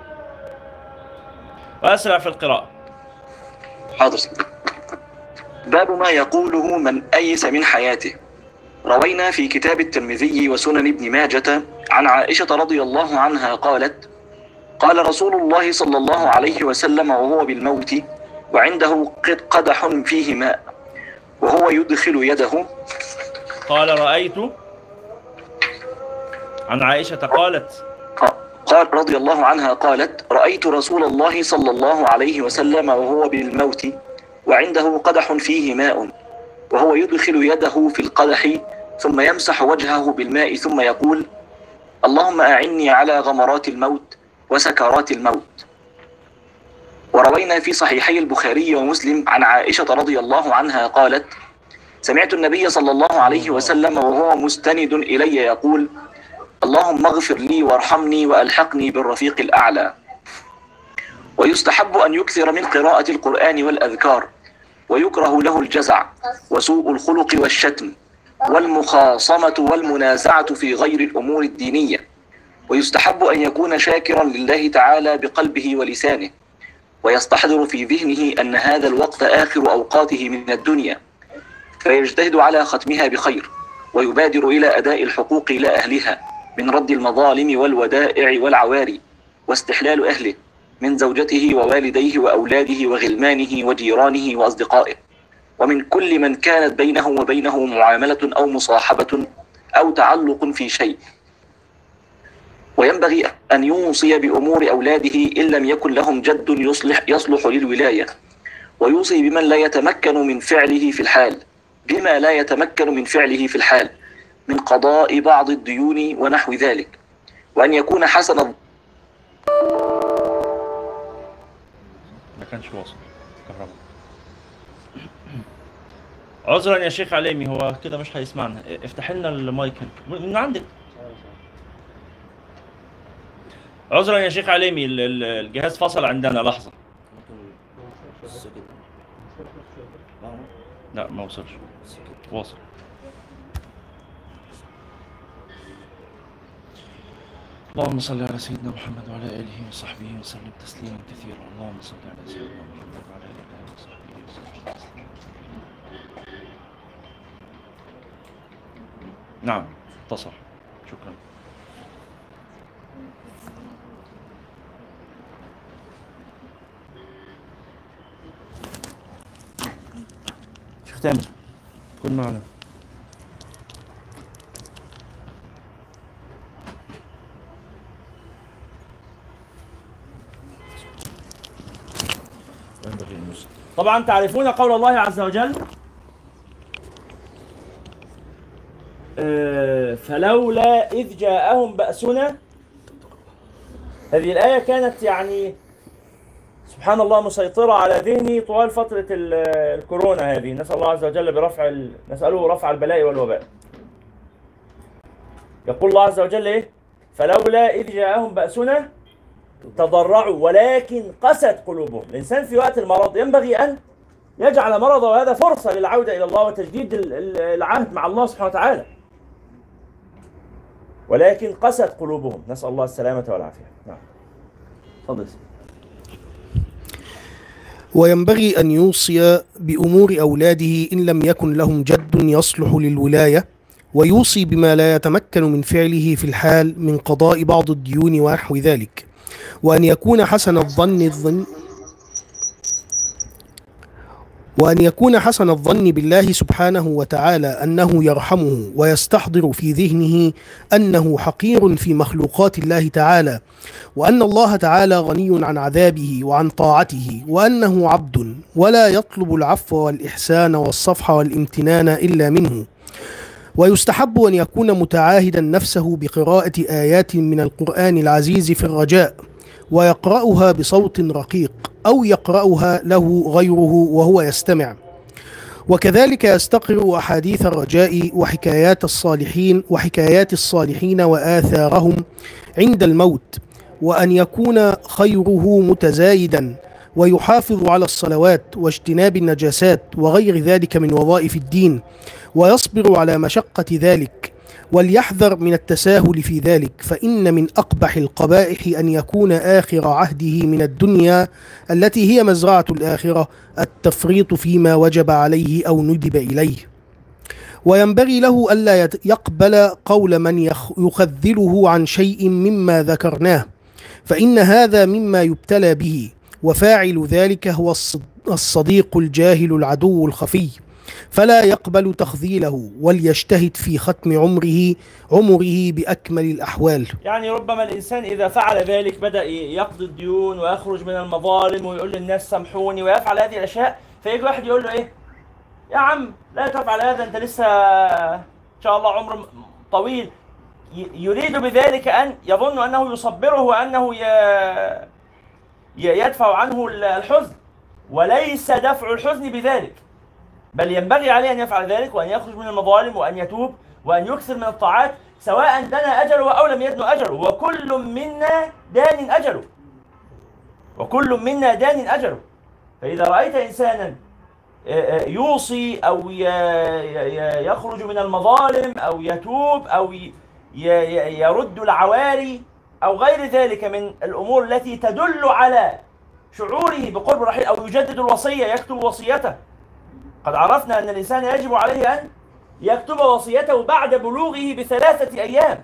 وأسرع في القراءة. حاضر. باب ما يقوله من أيس من حياته. روينا في كتاب الترمذي وسنن ابن ماجة عن عائشة رضي الله عنها قالت: قال رسول الله صلى الله عليه وسلم وهو بالموت وعنده قدح فيه ماء وهو يدخل يده. قال رأيت، عن عائشة قالت، قال رضي الله عنها قالت: رأيت رسول الله صلى الله عليه وسلم وهو بالموت وعنده قدح فيه ماء وهو يدخل يده في القدح ثم يمسح وجهه بالماء ثم يقول: اللهم أعني على غمرات الموت وسكرات الموت. وروينا في صحيحي البخاري ومسلم عن عائشة رضي الله عنها قالت: سمعت النبي صلى الله عليه وسلم وهو مستند إلي يقول: اللهم اغفر لي وارحمني وألحقني بالرفيق الأعلى. ويستحب أن يكثر من قراءة القرآن والأذكار، ويكره له الجزع وسوء الخلق والشتم والمخاصمة والمنازعة في غير الأمور الدينية. ويستحب أن يكون شاكرا لله تعالى بقلبه ولسانه، ويستحضر في ذهنه أن هذا الوقت آخر أوقاته من الدنيا، فيجتهد على ختمها بخير، ويبادر إلى أداء الحقوق إلى أهلها من رد المظالم والودائع والعواري واستحلال أهله من زوجته ووالديه وأولاده وغلمانه وجيرانه وأصدقائه، ومن كل من كانت بينه وبينه معاملة أو مصاحبة أو تعلق في شيء. وينبغي أن يوصي بأمور أولاده إن لم يكن لهم جد يصلح, يصلح للولاية، ويوصي بمن لا يتمكن من فعله في الحال بما لا يتمكن من فعله في الحال من قضاء بعض الديون ونحو ذلك، وأن يكون حسن. ما كانش واصل كهرباء. عذرا يا شيخ عليمي، هو كده مش هيسمعنا. افتح لنا المايك من عندك. عذرا يا شيخ عليمي، الجهاز فصل عندنا لحظة. لا ما وصلش، واصل. اللهم صل على سيدنا محمد وعلى آله وصحبه وسلم تسليما كثيرا. اللهم صل على سيدنا محمد وعلى آله وصحبه وسلم تسليما. نعم اتصل، شكرا. تامر كن معنا. طبعا تعرفون قول الله عز وجل آه فلولا إذ جاءهم بأسنا. هذه الآية كانت يعني سبحان الله مسيطرة على ذهني طوال فترة الكورونا هذه. نسأل الله عز وجل برفع ال... نسأله رفع البلاء والوباء. يقول الله عز وجل إيه؟ فلولا إذ جاءهم بأسنا تضرعوا ولكن قست قلوبهم. الإنسان في وقت المرض ينبغي أن يجعل مرضه هذا فرصة للعودة إلى الله وتجديد العهد مع الله سبحانه وتعالى. ولكن قست قلوبهم. نسأل الله السلامة والعافية. نعم. تفضل. وينبغي أن يوصي بأمور أولاده إن لم يكن لهم جد يصلح للولاية، ويوصي بما لا يتمكن من فعله في الحال من قضاء بعض الديون ونحو ذلك، وأن يكون حسن الظن الظن وأن يكون حسن الظن بالله سبحانه وتعالى أنه يرحمه، ويستحضر في ذهنه أنه حقير في مخلوقات الله تعالى، وأن الله تعالى غني عن عذابه وعن طاعته، وأنه عبد ولا يطلب العفو والإحسان والصفح والامتنان إلا منه. ويستحب أن يكون متعاهدا نفسه بقراءة آيات من القرآن العزيز في الرجاء، ويقرأها بصوت رقيق أو يقرأها له غيره وهو يستمع. وكذلك يستقرأ أحاديث الرجاء وحكايات الصالحين وحكايات الصالحين وآثارهم عند الموت، وأن يكون خيره متزايدا، ويحافظ على الصلوات واجتناب النجاسات وغير ذلك من وظائف الدين، ويصبر على مشقة ذلك، وليحذر من التساهل في ذلك، فإن من أقبح القبائح أن يكون آخر عهده من الدنيا التي هي مزرعة الآخرة التفريط فيما وجب عليه أو ندب إليه. وينبغي له ألا يقبل قول من يخذله عن شيء مما ذكرناه، فإن هذا مما يبتلى به، وفاعل ذلك هو الصديق الجاهل العدو الخفي، فلا يقبل تخذيله، وليجتهد في ختم عمره عمره بأكمل الأحوال. يعني ربما الإنسان إذا فعل ذلك بدأ يقضي الديون ويخرج من المظالم ويقول للناس سامحوني ويفعل هذه الأشياء، فيجي واحد يقول له إيه؟ يا عم لا تفعل هذا، أنت لسه إن شاء الله عمر طويل. يريد بذلك أن يظن أنه يصبره وأنه يدفع عنه الحزن، وليس دفع الحزن بذلك، بل ينبغي عليه أن يفعل ذلك وأن يخرج من المظالم وأن يتوب وأن يكثر من الطاعات، سواء دنا أجله أو لم يدن أجله، وكل منا دان أجله وكل منا دان أجله. فإذا رأيت إنسانا يوصي أو يخرج من المظالم أو يتوب أو يرد العواري أو غير ذلك من الأمور التي تدل على شعوره بقرب الرحيل، أو يجدد الوصية يكتب وصيته. قد عرفنا أن الإنسان يجب عليه أن يكتب وصيته بعد بلوغه بثلاثة أيام،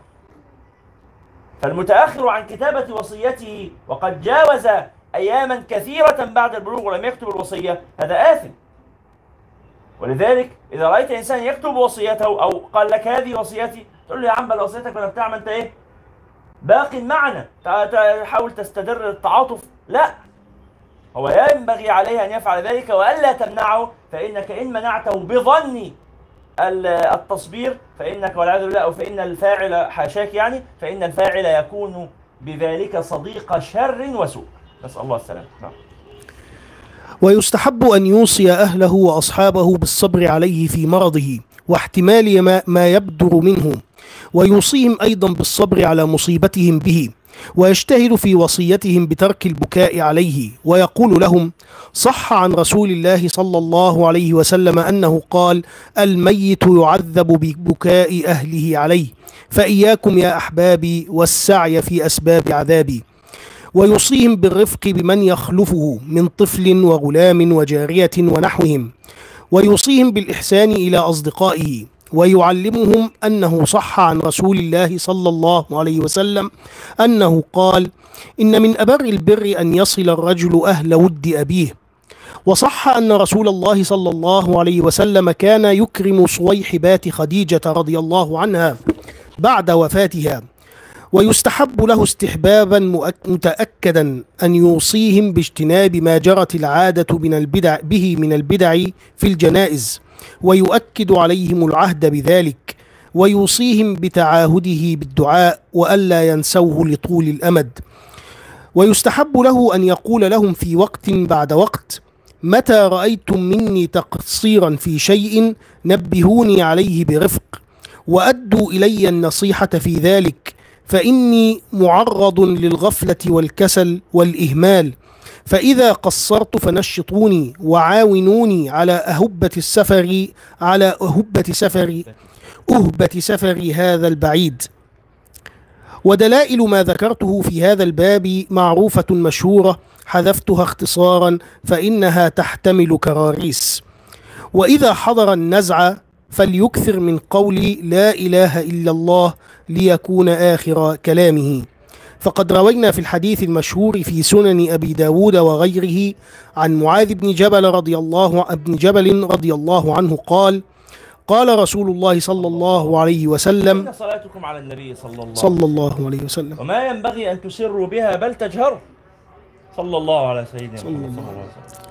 فالمتأخر عن كتابة وصيته وقد جاوز أياما كثيرة بعد البلوغ ولم يكتب الوصية هذا آثم. ولذلك إذا رأيت إنسان يكتب وصيته أو قال لك هذه وصيتي، تقول له يا عم بل وصيتك وأنا بتاع، ما أنت إيه باق معنا، تحاول تستدر التعاطف. لا، هو ينبغي عليه أن يفعل ذلك وألا تمنعه، فإنك إن منعته بظن التصبير فإنك والعياذ بالله أو فإن الفاعل حاشاك يعني فإن الفاعل يكون بذلك صديق شر وسوء. نسأل الله السلامة. نعم. ويستحب أن يوصي أهله وأصحابه بالصبر عليه في مرضه واحتمال ما, ما يبدر منه، ويوصيهم أيضا بالصبر على مصيبتهم به، ويجتهد في وصيتهم بترك البكاء عليه، ويقول لهم: صح عن رسول الله صلى الله عليه وسلم أنه قال: الميت يعذب ببكاء أهله عليه، فإياكم يا أحبابي والسعي في أسباب عذابي. ويوصيهم بالرفق بمن يخلفه من طفل وغلام وجارية ونحوهم، ويوصيهم بالإحسان إلى أصدقائه، ويعلمهم أنه صح عن رسول الله صلى الله عليه وسلم أنه قال: إن من أبر البر أن يصل الرجل أهل ود أبيه، وصح أن رسول الله صلى الله عليه وسلم كان يكرم صويحبات خديجة رضي الله عنها بعد وفاتها، ويستحب له استحبابا متأكدا أن يوصيهم باجتناب ما جرت العادة من البدع به من البدع في الجنائز، ويؤكد عليهم العهد بذلك، ويوصيهم بتعاهده بالدعاء وألا ينسوه لطول الأمد. ويستحب له أن يقول لهم في وقت بعد وقت: متى رأيتم مني تقصيرا في شيء نبهوني عليه برفق، وأدوا إلي النصيحة في ذلك، فإني معرض للغفلة والكسل والإهمال، فإذا قصرت فنشطوني وعاونوني على أهبة السفر على أهبة سفر أهبة سفر هذا البعيد. ودلائل ما ذكرته في هذا الباب معروفة مشهورة، حذفتها اختصارا فإنها تحتمل كراريس. وإذا حضر النزع فليكثر من قول لا إله إلا الله ليكون آخر كلامه. فقد روينا في الحديث المشهور في سنن أبي داود وغيره عن معاذ بن جبل رضي الله ابن جبل رضي الله عنه قال: قال رسول الله صلى الله عليه وسلم: إن صلاتكم على النبي صلى الله, صلى الله عليه وسلم وما ينبغي أن تسروا بها بل تجهروا. صلى الله على سيدنا محمد صلى الله عليه وسلم.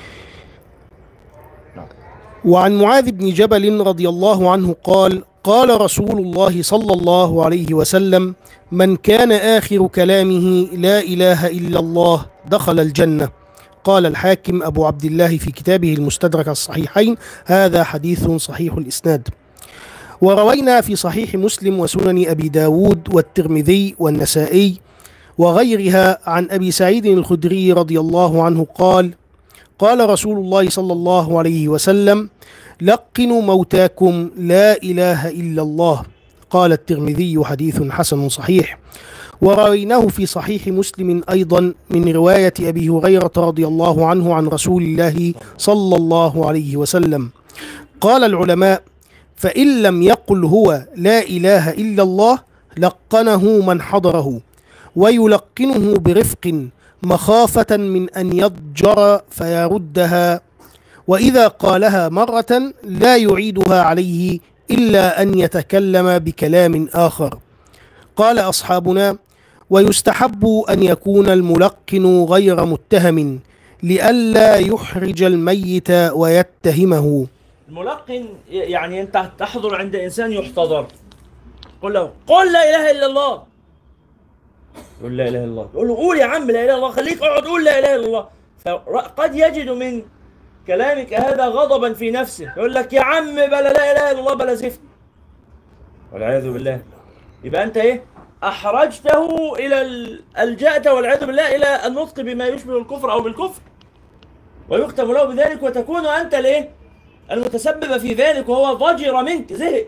وعن معاذ بن جبل رضي الله عنه قال: قال رسول الله صلى الله عليه وسلم: من كان آخر كلامه لا إله إلا الله دخل الجنة. قال الحاكم أبو عبد الله في كتابه المستدرك الصحيحين: هذا حديث صحيح الإسناد. وروينا في صحيح مسلم وسنن أبي داود والترمذي والنسائي وغيرها عن أبي سعيد الخدري رضي الله عنه قال: قال رسول الله صلى الله عليه وسلم: لقنوا موتاكم لا إله إلا الله. قال الترمذي: حديث حسن صحيح. ورويناه في صحيح مسلم أيضا من رواية أبي هريرة رضي الله عنه عن رسول الله صلى الله عليه وسلم. قال العلماء: فإن لم يقل هو لا إله إلا الله لقنه من حضره، ويلقنه برفق مخافة من أن يضجر فيردها، وإذا قالها مرة لا يعيدها عليه إلا أن يتكلم بكلام آخر. قال أصحابنا: ويستحب أن يكون الملقن غير متهم لئلا يحرج الميت ويتهمه. الملقن يعني أنت تحضر عند إنسان يحتضر، قل له: قل لا إله إلا الله. يقول لا إله إلا الله، يقول له: قول يا عم لا إله إلا الله، خليك اقعد قول لا إله إلا الله. فقد يجد من كلامك هذا غضبا في نفسه، يقول لك: يا عم بلا لا إله إلا الله بلا زفت، والعياذ بالله. يبقى أنت إيه؟ أحرجته إلى الجأت والعياذ بالله إلى النطق بما يشبه الكفر أو بالكفر، ويختم له بذلك، وتكون أنت الإيه؟ المتسبب في ذلك، وهو ضجر منك زهق.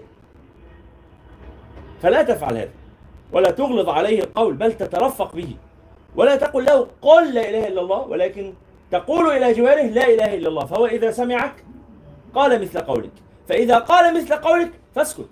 فلا تفعل هذا، ولا تغلظ عليه القول، بل تترفق به، ولا تقل له قل لا إله إلا الله، ولكن تقول إلى جواره لا إله إلا الله. فهو إذا سمعك قال مثل قولك، فإذا قال مثل قولك فاسكت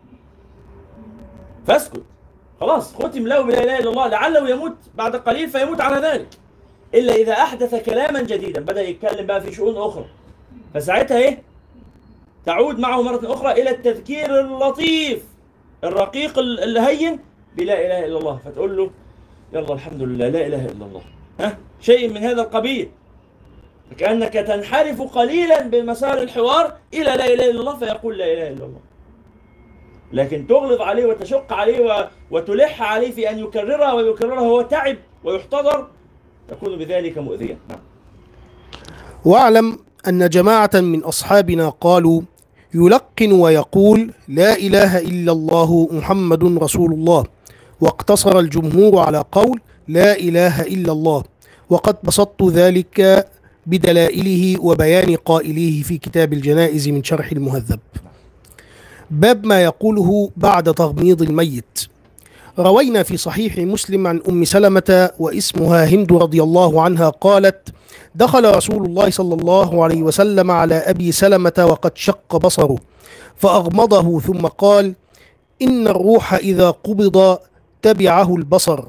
فاسكت خلاص، ختم له بلا إله إلا الله، لعله يموت بعد قليل فيموت على ذلك. إلا إذا أحدث كلاما جديدا، بدأ يتكلم بقى في شؤون أخرى، فساعتها إيه؟ تعود معه مرة أخرى إلى التذكير اللطيف الرقيق الهين بلا إله إلا الله، فتقول له: يلا الحمد لله لا إله إلا الله، ها شيء من هذا القبيل، كأنك تنحرف قليلا بمسار الحوار إلى لا إله إلا الله، فيقول لا إله إلا الله. لكن تغلظ عليه وتشق عليه وتلح عليه في أن يكررها ويكررها وهو تعب ويحتضر، تكون بذلك مؤذيا. واعلم أن جماعة من أصحابنا قالوا: يلقن ويقول لا إله إلا الله محمد رسول الله، واقتصر الجمهور على قول لا إله إلا الله، وقد بسطت ذلك بدلائله وبيان قائليه في كتاب الجنائز من شرح المهذب. باب ما يقوله بعد تغميض الميت. روينا في صحيح مسلم عن أم سلمة واسمها هند رضي الله عنها قالت: دخل رسول الله صلى الله عليه وسلم على أبي سلمة وقد شق بصره، فأغمضه ثم قال: إن الروح إذا قبض تبعه البصر،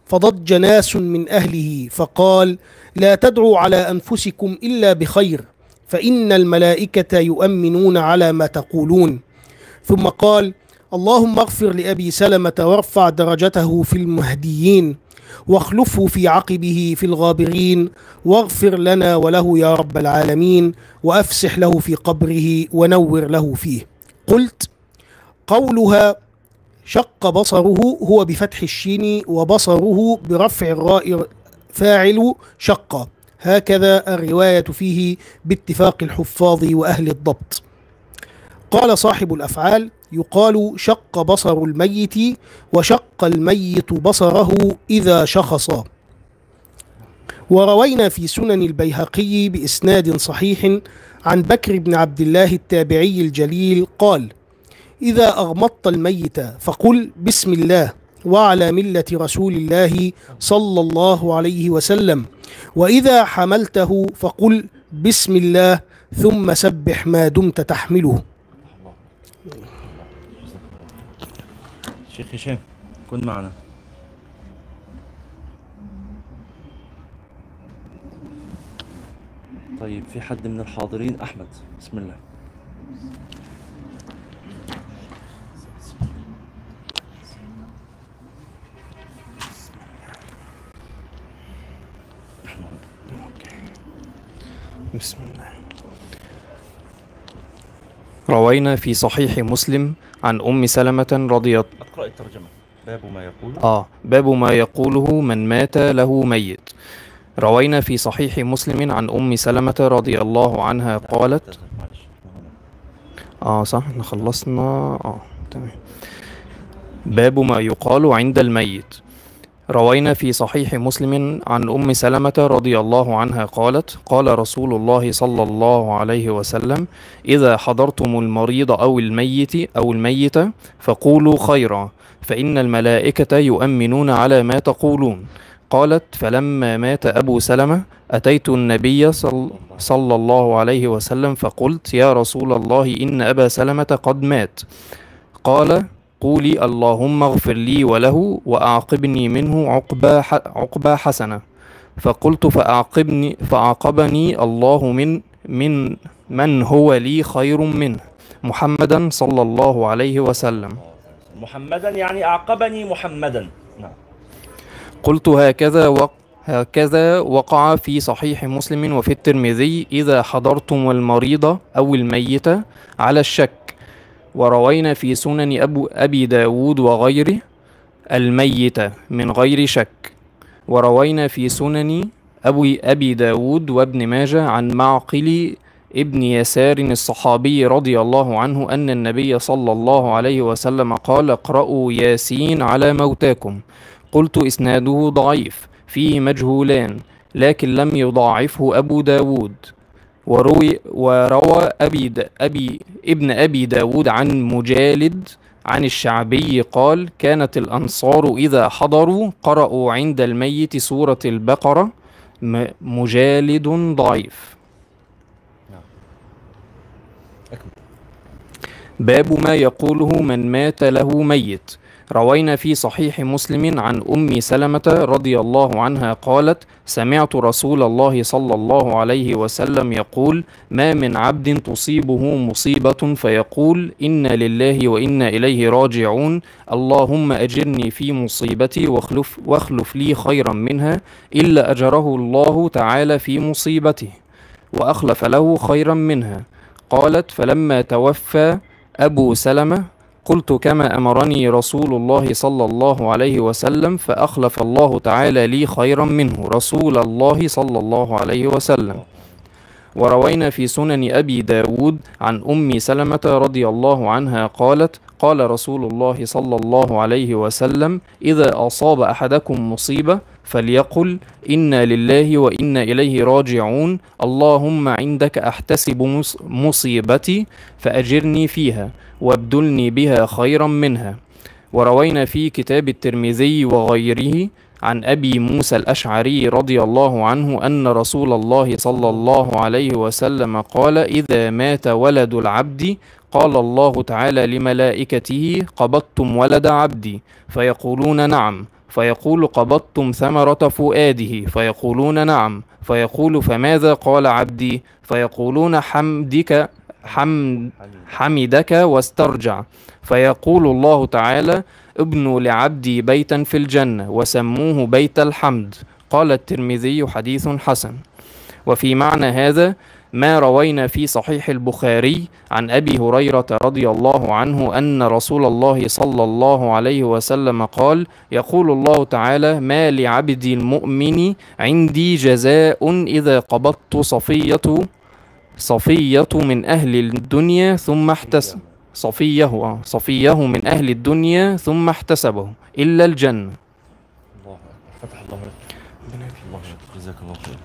فضج ناس من أهله فقال: لا تدعوا على أنفسكم إلا بخير، فإن الملائكة يؤمنون على ما تقولون. ثم قال: اللهم اغفر لأبي سلمة وارفع درجته في المهديين، واخلفه في عقبه في الغابرين، واغفر لنا وله يا رب العالمين، وأفسح له في قبره ونور له فيه. قلت: قولها شق بصره هو بفتح الشين، وبصره برفع الراء فاعل شق، هكذا الرواية فيه باتفاق الحفاظ وأهل الضبط. قال صاحب الأفعال: يقال شق بصر الميت، وشق الميت بصره إذا شخص. وروينا في سنن البيهقي بإسناد صحيح عن بكر بن عبد الله التابعي الجليل قال: إذا أغمضت الميت فقل بسم الله وعلى ملة رسول الله صلى الله عليه وسلم، وإذا حملته فقل بسم الله ثم سبح ما دمت تحمله. شيخ هشام كن معنا. طيب في حد من الحاضرين؟ أحمد بسم الله. بسم الله. روينا في صحيح مسلم عن أم سلمة رضي الله أقرأ الترجمة. باب ما يقول آه باب ما يقوله من مات له ميت. روينا في صحيح مسلم عن أم سلمة رضي الله عنها قالت آه صح احنا خلصنا آه تمام. باب ما يقال عند الميت. روينا في صحيح مسلم عن أم سلمة رضي الله عنها قالت: قال رسول الله صلى الله عليه وسلم: إذا حضرتم المريض أو الميت أو الميتة فقولوا خيرا، فإن الملائكة يؤمنون على ما تقولون. قالت: فلما مات أبو سلمة أتيت النبي صل صلى الله عليه وسلم فقلت: يا رسول الله إن أبا سلمة قد مات. قال: قولي اللهم اغفر لي وله وأعقبني منه عقبى عقبى حسنة. فقلت: فأعقبني فأعقبني الله من من من هو لي خير منه، محمدا صلى الله عليه وسلم. محمدا يعني أعقبني محمدا. نعم. قلت: هكذا وق هكذا وقع في صحيح مسلم وفي الترمذي: إذا حضرتم المريض أو الميت على الشك. وروينا في سنن أبو أبي داود وغيره: الميت من غير شك. وروينا في سنن أبي أبي داود وابن ماجه عن معقل ابن يسار الصحابي رضي الله عنه أن النبي صلى الله عليه وسلم قال: اقرأوا ياسين على موتاكم. قلت: إسناده ضعيف فيه مجهولان، لكن لم يضاعفه أبو داود. وروي وروى أبي, أبي ابن أبي داود عن مجالد عن الشعبي قال: كانت الأنصار إذا حضروا قرأوا عند الميت سورة البقرة. مجالد ضعيف. باب ما يقوله من مات له ميت. روينا في صحيح مسلم عن أم سلمة رضي الله عنها قالت: سمعت رسول الله صلى الله عليه وسلم يقول: ما من عبد تصيبه مصيبة فيقول: إنا لله وإنا إليه راجعون، اللهم أجرني في مصيبتي واخلف, واخلف لي خيرا منها، إلا أجره الله تعالى في مصيبته وأخلف له خيرا منها. قالت: فلما توفى أبو سلمة قلت: كما أمرني رسول الله صلى الله عليه وسلم، فأخلف الله تعالى لي خيرا منه، رسول الله صلى الله عليه وسلم. وروينا في سنن أبي داود عن أم سلمة رضي الله عنها قالت: قال رسول الله صلى الله عليه وسلم: إذا أصاب أحدكم مصيبة فليقل: إنا لله وإنا إليه راجعون، اللهم عندك أحتسب مصيبتي فأجرني فيها وابدلني بها خيرا منها. وروينا في كتاب الترمذي وغيره عن أبي موسى الأشعري رضي الله عنه أن رسول الله صلى الله عليه وسلم قال: إذا مات ولد العبد قال الله تعالى لملائكته: قبضتم ولد عبدي؟ فيقولون: نعم. فيقول قبضتم ثمرة فؤاده، فيقولون نعم، فيقول فماذا قال عبدي؟ فيقولون حمدك حمد حمدك واسترجع. فيقول الله تعالى ابنوا لعبدي بيتا في الجنة وسموه بيت الحمد. قال الترمذي حديث حسن. وفي معنى هذا ما روينا في صحيح البخاري عن أبي هريرة رضي الله عنه أن رسول الله صلى الله عليه وسلم قال يقول الله تعالى ما لعبدي المؤمن عندي جزاء إذا قبضت صفية صفية من أهل الدنيا ثم احتسب صفيه صفيه من أهل الدنيا ثم احتسبه إلا الجنة. الله فتح الله لك. الله جزاك الله خير.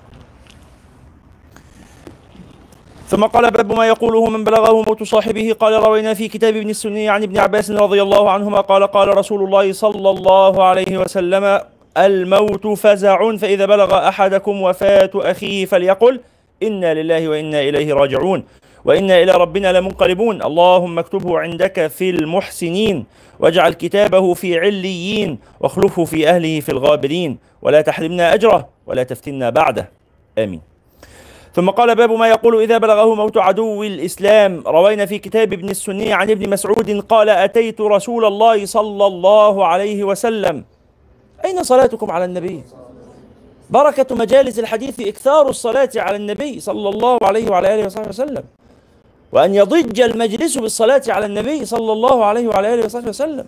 ثم قال باب ما يقوله من بلغه موت صاحبه. قال روينا في كتاب ابن السني عن ابن عباس رضي الله عنهما قال قال رسول الله صلى الله عليه وسلم الموت فزع فإذا بلغ أحدكم وفاة أخيه فليقل إنا لله وإنا إليه راجعون وإنا إلى ربنا لمنقلبون اللهم اكتبه عندك في المحسنين واجعل كتابه في عليين واخلفه في أهله في الغابرين ولا تحرمنا أجره ولا تفتنا بعده آمين. ثم قال باب ما يقول إذا بلغه موت عدو الإسلام. روينا في كتاب ابن السني عن ابن مسعود قال أتيت رسول الله صلى الله عليه وسلم أين صلاتكم على النبي؟ بركة مجالس الحديث إكثار الصلاة على النبي صلى الله عليه وعلى آله وصحبه وسلم وأن يضج المجلس بالصلاة على النبي صلى الله عليه وعلى آله وصحبه وسلم.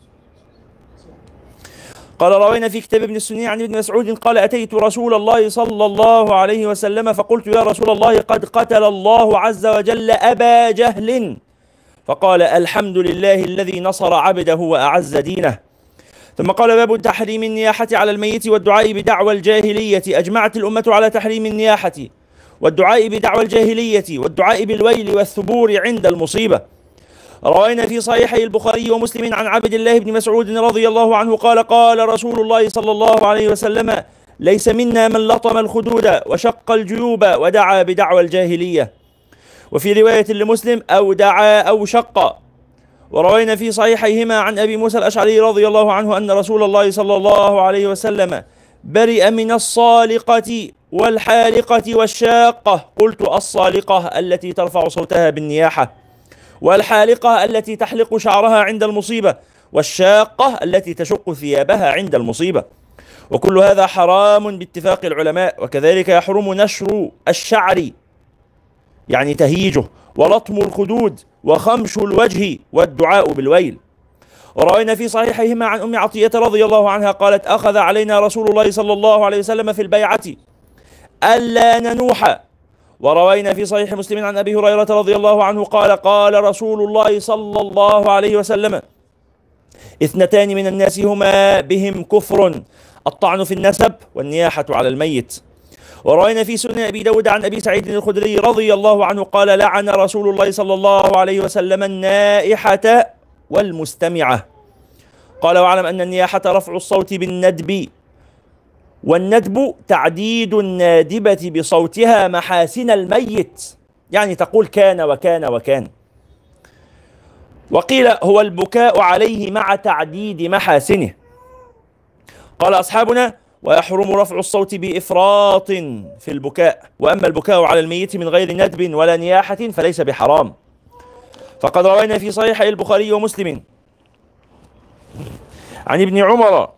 قال روينا في كتاب ابن السني عن ابن مسعود قال أتيت رسول الله صلى الله عليه وسلم فقلت يا رسول الله قد قتل الله عز وجل أبا جهل فقال الحمد لله الذي نصر عبده وأعز دينه. ثم قال باب تحريم النياحة على الميت والدعاء بدعوى الجاهلية. أجمعت الأمة على تحريم النياحة والدعاء بدعوى الجاهلية والدعاء بالويل والثبور عند المصيبة. روينا في صحيحي البخاري ومسلم عن عبد الله بن مسعود رضي الله عنه قال قال رسول الله صلى الله عليه وسلم ليس منا من لطم الخدود وشق الجيوب ودعا بدعوى الجاهلية. وفي رواية لمسلم أو دعا أو شق. وروينا في صحيحيهما عن أبي موسى الأشعري رضي الله عنه أن رسول الله صلى الله عليه وسلم برئ من الصالقة والحالقة والشاقة. قلت الصالقة التي ترفع صوتها بالنياحة والحالقة التي تحلق شعرها عند المصيبة والشاقة التي تشق ثيابها عند المصيبة. وكل هذا حرام باتفاق العلماء. وكذلك يحرم نشر الشعر يعني تهييجه ولطم الخدود وخمش الوجه والدعاء بالويل. وروينا في صحيحيهما عن أم عطية رضي الله عنها قالت أخذ علينا رسول الله صلى الله عليه وسلم في البيعة ألا ننوح. وروينا في صحيح مسلم عن أبي هريرة رضي الله عنه قال قال رسول الله صلى الله عليه وسلم اثنتان من الناس هما بهم كفر الطعن في النسب والنياحة على الميت. وروينا في سنن أبي داود عن أبي سعيد الخدري رضي الله عنه قال لعن رسول الله صلى الله عليه وسلم النائحة والمستمعة. قال واعلم أن النياحة رفع الصوت بالندب والندب تعديد النادبة بصوتها محاسن الميت يعني تقول كان وكان وكان. وقيل هو البكاء عليه مع تعديد محاسنه. قال أصحابنا ويحرم رفع الصوت بإفراط في البكاء وأما البكاء على الميت من غير ندب ولا نياحة فليس بحرام. فقد روينا في صحيح البخاري ومسلم عن ابن عمر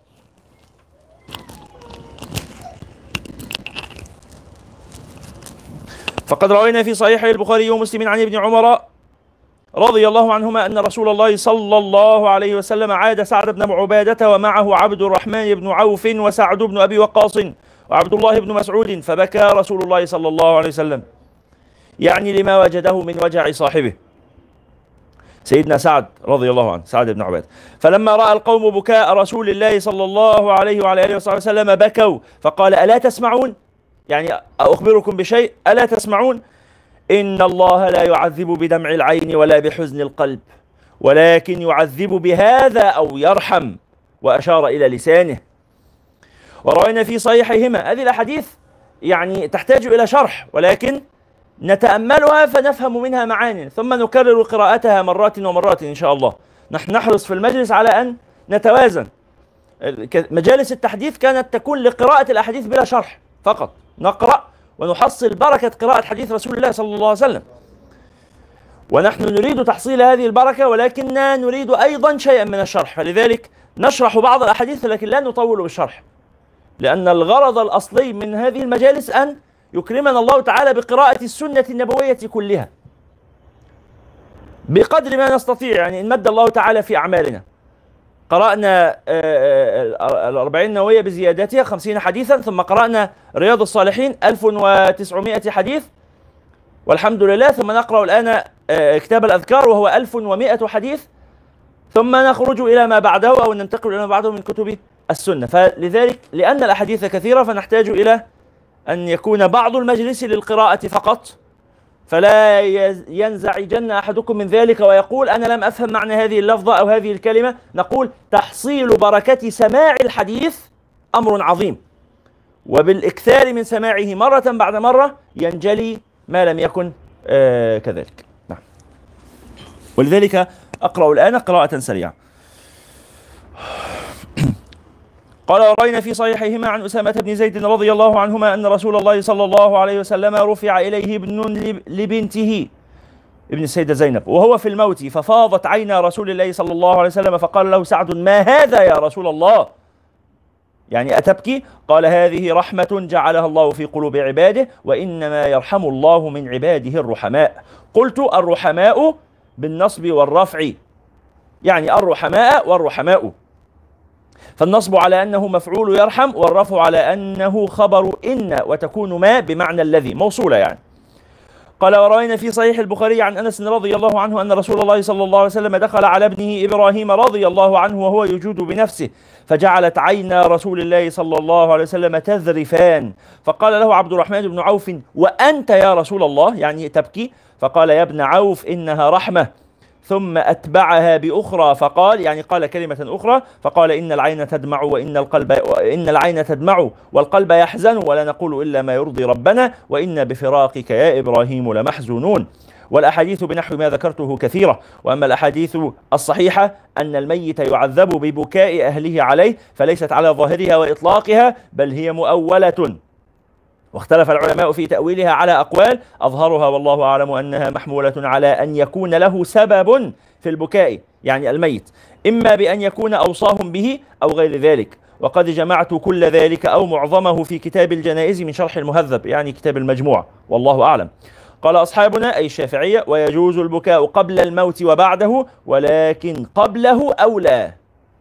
فقد روينا في صحيح البخاري ومسلم عن ابن عمر رضي الله عنهما أن رسول الله صلى الله عليه وسلم عاد سعد بن عبادة ومعه عبد الرحمن بن عوف وسعد بن أبي وقاص وعبد الله بن مسعود فبكى رسول الله صلى الله عليه وسلم يعني لما وجده من وجع صاحبه سيدنا سعد رضي الله عنه سعد بن عبادة. فلما رأى القوم بكاء رسول الله صلى الله عليه وعلى آله وصحبه وسلم بكوا فقال ألا تسمعون يعني أخبركم بشيء ألا تسمعون إن الله لا يعذب بدمع العين ولا بحزن القلب ولكن يعذب بهذا أو يرحم وأشار إلى لسانه. وروينا في صحيحيهما هذه الأحاديث يعني تحتاج إلى شرح ولكن نتأملها فنفهم منها معاني ثم نكرر قراءتها مرات ومرات إن شاء الله. نحن نحرص في المجلس على أن نتوازن مجالس التحديث كانت تكون لقراءة الأحاديث بلا شرح فقط، نقرأ ونحصل بركة قراءة حديث رسول الله صلى الله عليه وسلم، ونحن نريد تحصيل هذه البركة ولكننا نريد أيضا شيئا من الشرح، فلذلك نشرح بعض الأحاديث لكن لا نطول بالشرح، لأن الغرض الأصلي من هذه المجالس أن يكرمنا الله تعالى بقراءة السنة النبوية كلها بقدر ما نستطيع، يعني إن مد الله تعالى في أعمالنا. قرأنا الأربعين النووية بزيادتها خمسين حديثا، ثم قرأنا رياض الصالحين ألف وتسعمائة حديث والحمد لله، ثم نقرأ الآن كتاب الأذكار وهو ألف ومائة حديث، ثم نخرج إلى ما بعده أو ننتقل إلى ما بعده من كتب السنة. فلذلك لأن الأحاديث كثيرة فنحتاج إلى أن يكون بعض المجلس للقراءة فقط، فلا ينزعجن أحدكم من ذلك ويقول أنا لم أفهم معنى هذه اللفظة أو هذه الكلمة. نقول تحصيل بركة سماع الحديث أمر عظيم، وبالإكثار من سماعه مرة بعد مرة ينجلي ما لم يكن آه كذلك. نعم. ولذلك أقرأ الآن قراءة سريعة. قال وروينا في صحيحهما عن أسامة بن زيد رضي الله عنهما أن رسول الله صلى الله عليه وسلم رفع إليه ابن لبنته ابن السيدة زينب وهو في الموت، ففاضت عينا رسول الله صلى الله عليه وسلم، فقال له سعد ما هذا يا رسول الله؟ يعني أتبكي؟ قال هذه رحمة جعلها الله في قلوب عباده، وإنما يرحم الله من عباده الرحماء. قلت الرحماء بالنصب والرفع، يعني الرحماء والرحماء، فالنصب على أنه مفعول يرحم، والرفع على أنه خبر إن، وتكون ما بمعنى الذي موصولة يعني. قال وروينا في صحيح البخاري عن أنس رضي الله عنه أن رسول الله صلى الله عليه وسلم دخل على ابنه إبراهيم رضي الله عنه وهو يجود بنفسه، فجعلت عينا رسول الله صلى الله عليه وسلم تذرفان، فقال له عبد الرحمن بن عوف وأنت يا رسول الله؟ يعني تبكي؟ فقال يا ابن عوف إنها رحمة، ثم أتبعها بأخرى فقال، يعني قال كلمة أخرى فقال إن العين تدمع وإن القلب إن العين تدمع والقلب يحزن ولا نقول إلا ما يرضي ربنا وإن بفراقك يا إبراهيم لمحزونون. والأحاديث بنحو ما ذكرته كثيرة، وأما الأحاديث الصحيحة أن الميت يعذب ببكاء أهله عليه فليست على ظاهرها وإطلاقها بل هي مؤولة، واختلف العلماء في تأويلها على أقوال، أظهرها والله أعلم أنها محمولة على أن يكون له سبب في البكاء، يعني الميت، إما بأن يكون أوصاهم به أو غير ذلك، وقد جمعت كل ذلك أو معظمه في كتاب الجنائز من شرح المهذب، يعني كتاب المجموع، والله أعلم. قال أصحابنا أي الشافعية ويجوز البكاء قبل الموت وبعده، ولكن قبله أولى.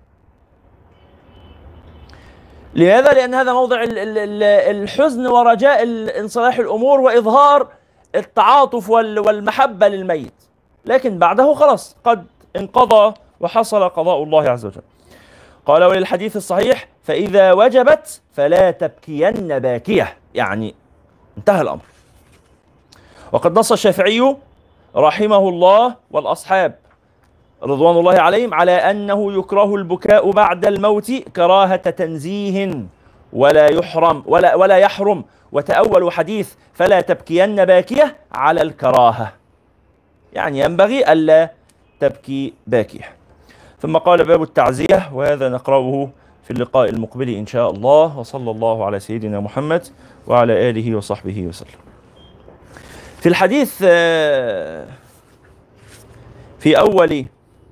لماذا؟ لأن هذا موضع الحزن ورجاء انصلاح الأمور وإظهار التعاطف والمحبة للميت، لكن بعده خلاص قد انقضى وحصل قضاء الله عز وجل. قال وللحديث الصحيح فإذا وجبت فلا تبكين باكية، يعني انتهى الأمر. وقد نص الشافعي رحمه الله والأصحاب رضوان الله عليهم على أنه يكره البكاء بعد الموت كراهة تنزيه ولا يحرم ولا ولا يحرم، وتأولوا حديث فلا تبكين باكية على الكراهة، يعني ينبغي ألا تبكي باكية. ثم قال باب التعزية، وهذا نقرأه في اللقاء المقبل إن شاء الله، وصلى الله على سيدنا محمد وعلى آله وصحبه وسلم. في الحديث في أول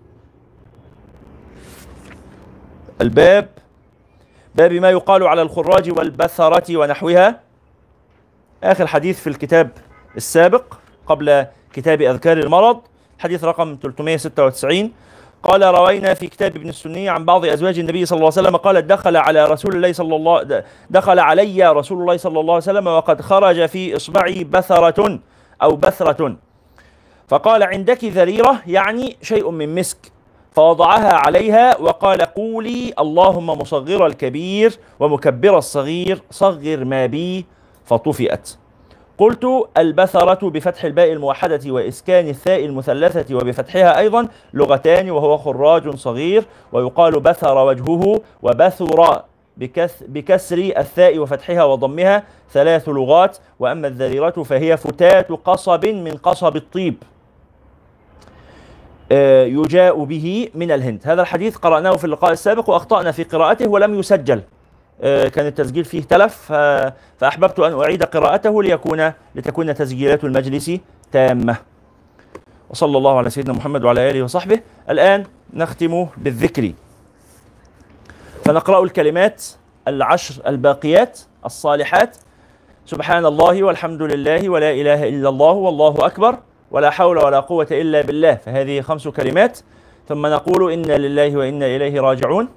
الباب باب ما يقال على الخراج والبثرة ونحوها، آخر حديث في الكتاب السابق قبل كتاب أذكار المرض، حديث رقم ثلاثمائة وستة وتسعين. قال روينا في كتاب ابن السني عن بعض أزواج النبي صلى الله عليه وسلم قال دخل على رسول الله صلى الله دخل علي رسول الله صلى الله عليه وسلم وقد خرج في إصبعي بثرة أو بثرة، فقال عندك ذريرة، يعني شيء من مسك، فوضعها عليها وقال قولي اللهم مصغر الكبير ومكبر الصغير صغر ما بي، فطفئت. قلت البثرة بفتح الباء الموحدة وإسكان الثاء المثلثة وبفتحها أيضا لغتان، وهو خراج صغير، ويقال بثر وجهه وبثر بكسر الثاء وفتحها وضمها ثلاث لغات. وأما الذريرة فهي فتات قصب من قصب الطيب. يجاء به من الهند. هذا الحديث قرأناه في اللقاء السابق وأخطأنا في قراءته ولم يسجل، كان التسجيل فيه تلف، فأحببت أن أعيد قراءته ليكون لتكون تسجيلات المجلس تامة. وصلى الله على سيدنا محمد وعلى آله وصحبه. الآن نختم بالذكر، فنقرأ الكلمات العشر الباقيات الصالحات: سبحان الله والحمد لله ولا إله إلا الله والله أكبر ولا حول ولا قوة إلا بالله، فهذه خمس كلمات. ثم نقول إنا لله وإنا إليه راجعون،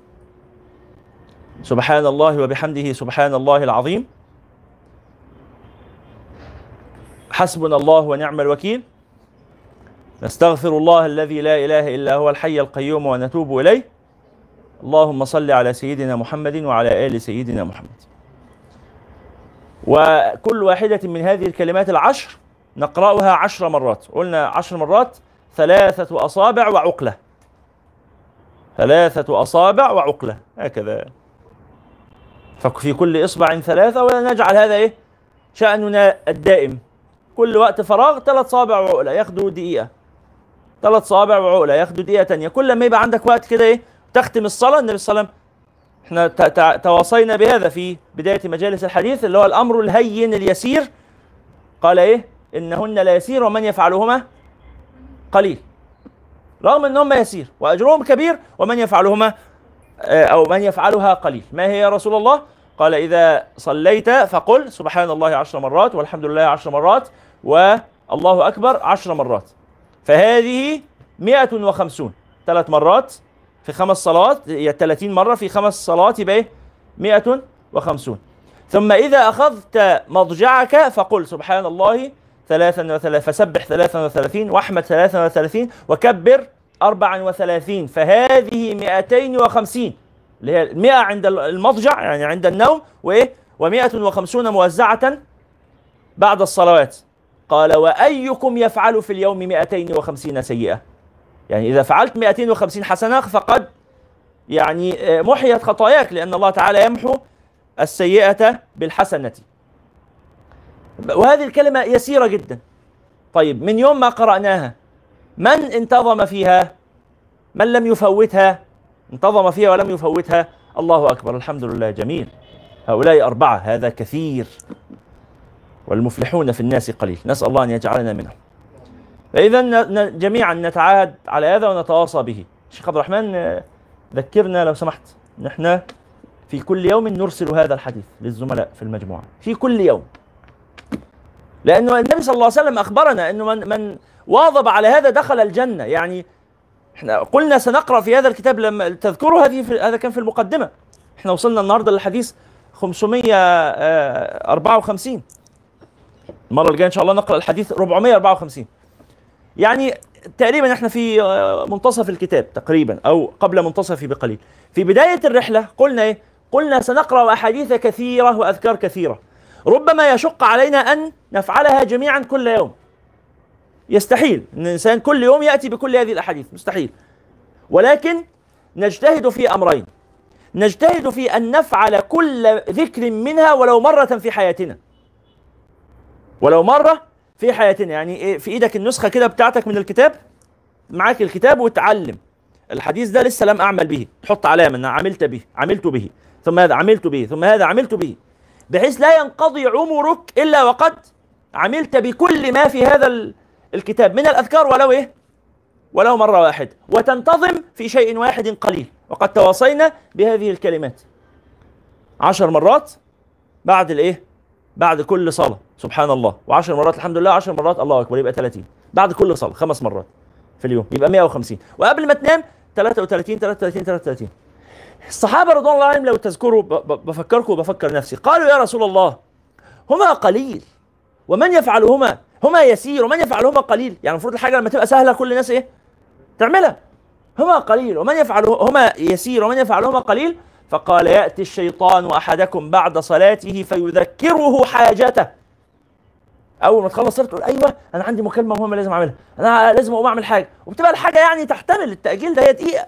سبحان الله وبحمده سبحان الله العظيم، حسبنا الله ونعم الوكيل، نستغفر الله الذي لا إله إلا هو الحي القيوم ونتوب إليه، اللهم صل على سيدنا محمد وعلى آل سيدنا محمد. وكل واحدة من هذه الكلمات العشر نقرأها عشر مرات. قلنا عشر مرات ثلاثة أصابع وعقلة، ثلاثة أصابع وعقلة هكذا، ففي كل إصبع ثلاثة، ونجعل هذا إيه شأننا الدائم. كل وقت فراغ ثلاث صابع وعقلة ياخدوا دقيقة، ثلاث صابع وعقلة ياخدوا دقيقة تانية. كل ما يبقى عندك وقت كده إيه تختم الصلاة. النبي صلى الله عليه وسلم احنا تواصينا بهذا في بداية مجالس الحديث، اللي هو الأمر الهين اليسير، قال إيه إنهن لا يسير ومن يفعلهما قليل، رغم إنهما يسير وأجرهم كبير، ومن يفعلهما أو من يفعلها قليل. ما هي يا رسول الله؟ قال إذا صليت فقل سبحان الله عشر مرات والحمد لله عشر مرات والله أكبر عشر مرات، فهذه مئة وخمسون، ثلاث مرات في خمس صلوات، هي ثلاثين مرة في خمس صلوات، يبقى إيه مئة وخمسون. ثم إذا أخذت مضجعك فقل سبحان الله ثلاثا وثلاثين، فسبح ثلاثا وثلاثين، واحمد ثلاثا وثلاثين، وكبر أربعا وثلاثين، فهذه مئتين وخمسين، اللي هي المئة عند المضجع يعني عند النوم، وإيه ومئة وخمسون موزعة بعد الصلوات. قال وأيكم يفعل في اليوم مئتين وخمسين سيئة، يعني إذا فعلت مئتين وخمسين حسنة فقد يعني محيت خطاياك، لأن الله تعالى يمحو السيئة بالحسنة. وهذه الكلمة يسيرة جدا. طيب من يوم ما قرأناها من انتظم فيها؟ من لم يفوتها؟ انتظم فيها ولم يفوتها، الله أكبر، الحمد لله، جميل. هؤلاء أربعة، هذا كثير، والمفلحون في الناس قليل، نسأل الله أن يجعلنا منهم. فإذا جميعا نتعاهد على هذا ونتواصى به. شيخ عبد الرحمن ذكرنا لو سمحت، نحن في كل يوم نرسل هذا الحديث للزملاء في المجموعة، في كل يوم، لأنه النبي صلى الله عليه وسلم أخبرنا أنه من, من واظب على هذا دخل الجنة. يعني احنا قلنا سنقرأ في هذا الكتاب، لما تذكروا هذه في هذا كان في المقدمة، احنا وصلنا النهارده للحديث خمسمئة وأربعة وخمسين، المرة الجاية إن شاء الله نقرأ الحديث أربعمئة وأربعة وخمسين، يعني تقريبا احنا في منتصف الكتاب تقريبا، أو قبل منتصفه بقليل. في بداية الرحلة قلنا إيه؟ قلنا سنقرأ أحاديث كثيرة وأذكار كثيرة، ربما يشق علينا أن نفعلها جميعا كل يوم، يستحيل ان الانسان كل يوم ياتي بكل هذه الاحاديث، مستحيل. ولكن نجتهد في امرين، نجتهد في ان نفعل كل ذكر منها ولو مره في حياتنا، ولو مره في حياتنا. يعني في ايدك النسخه كده بتاعتك من الكتاب، معاك الكتاب وتعلم الحديث ده لسه لم اعمل به، تحط علامه ان عملت به، عملت به، ثم هذا عملت به، ثم هذا عملت به، بحيث لا ينقضي عمرك الا وقد عملت بكل ما في هذا الكتاب من الأذكار، ولو إيه ولو مرة واحدة، وتنتظم في شيء واحد قليل. وقد تواصينا بهذه الكلمات عشر مرات بعد الإيه بعد كل صلاة سبحان الله، وعشر مرات الحمد لله، عشر مرات الله أكبر، يبقى ثلاثين. بعد كل صلاة خمس مرات في اليوم يبقى مئة وخمسين، وقبل ما تنام ثلاثة وثلاثين ثلاثة وثلاثين ثلاثة وثلاثين. الصحابة رضوان الله عليهم لو تذكروا، بفكركم وبفكر نفسي، قالوا يا رسول الله هما قليل ومن يفعلهما، هما يسير ومن يفعلهما قليل، يعني المفروض الحاجة لما تبقى سهلة كل الناس ايه تعملها، هما قليل ومن يفعله هما يسير ومن يفعلهما قليل. فقال يأتي الشيطان أحدكم بعد صلاته فيذكره حاجته، أول ما تخلص صلاة تقول أيوه أنا عندي مكالمة مهمة لازم أعملها، أنا لازم أقوم أعمل حاجة، وبتبقى الحاجة يعني تحتمل التأجيل، ده هي دقيقة،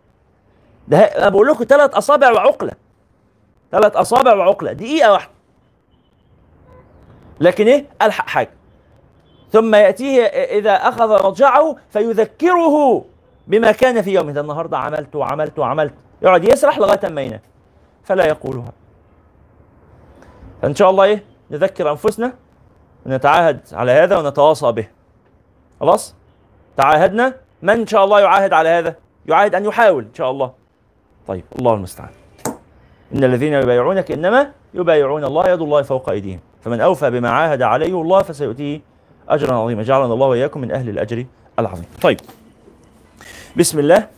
ده أنا بقول لكم ثلاث أصابع وعقلة، ثلاث أصابع وعقلة، دقيقة واحدة، لكن إيه ألحق حاجة. ثم يأتيه إذا أخذ مضجعه فيذكره بما كان في يومه، ده النهاردة عملت وعملت وعملت، يقعد يسرح لغاية ما ينام فلا يقولها. فإن شاء الله إيه نذكر أنفسنا ونتعاهد على هذا ونتواصى به. خلاص تعاهدنا، من إن شاء الله يعاهد على هذا؟ يعاهد أن يحاول إن شاء الله. طيب الله المستعان. إن الذين يبايعونك إنما يبايعون الله يد الله فوق أيديهم، فمن أوفى بما عاهد عليه الله فسيؤتيه أجرا عظيما. جعلنا الله وإياكم من أهل الأجر العظيم. طيب بسم الله.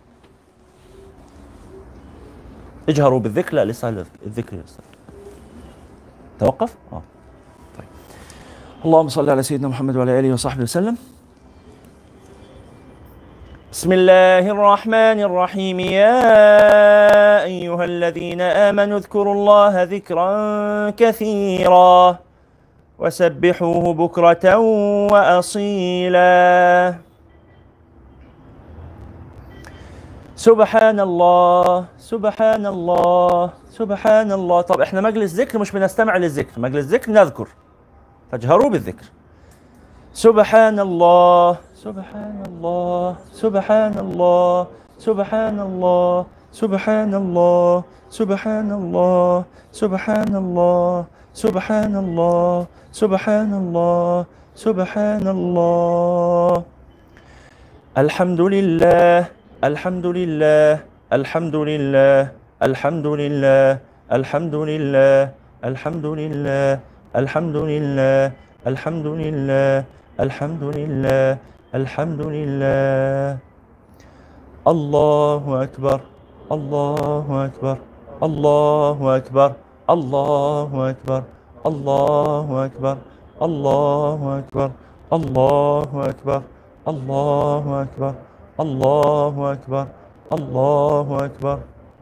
اجهروا بالذكر. لا لسه الذكر لسه. توقف؟ اه طيب. اللهم صل على سيدنا محمد وعلى آله وصحبه وسلم. بسم الله الرحمن الرحيم. يا أيها الذين آمنوا اذكروا الله ذكرا كثيرا وسبحوه بكرة وأصيلا. سبحان الله سبحان الله سبحان الله. طب احنا مجلس ذكر مش بنستمع للذكر، مجلس ذكر نذكر، فاجهروا بالذكر. سبحان الله سبحان الله سبحان الله سبحان الله سبحان الله سبحان الله سبحان الله سبحان الله سبحان الله سبحان الله. الحمد لله الحمد لله الحمد لله الحمد لله الحمد لله الحمد لله الحمد لله الحمد لله الحمد لله الحمد لله. الله أكبر الله أكبر الله أكبر الله أكبر الله أكبر الله أكبر الله أكبر الله أكبر الله أكبر الله أكبر.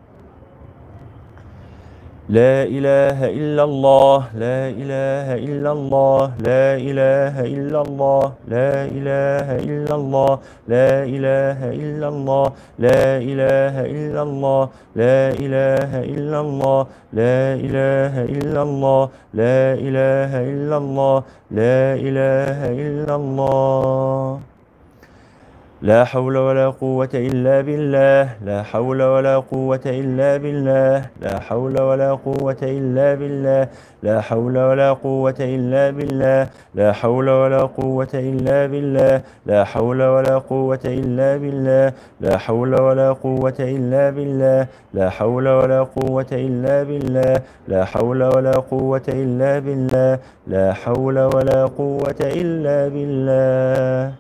لا إله إلا الله لا إله إلا الله لا إله إلا الله لا إله إلا الله لا إله إلا الله لا إله إلا الله لا إله إلا الله لا إله إلا الله لا إله إلا الله لا إله إلا الله. لا حول ولا قوة إلا بالله لا حول ولا قوة إلا بالله لا حول ولا قوة إلا بالله لا حول ولا قوة إلا بالله لا حول ولا قوة إلا بالله لا حول ولا قوة إلا بالله لا حول ولا قوة إلا بالله لا حول ولا قوة إلا بالله لا حول ولا قوة إلا بالله لا حول ولا قوة إلا بالله.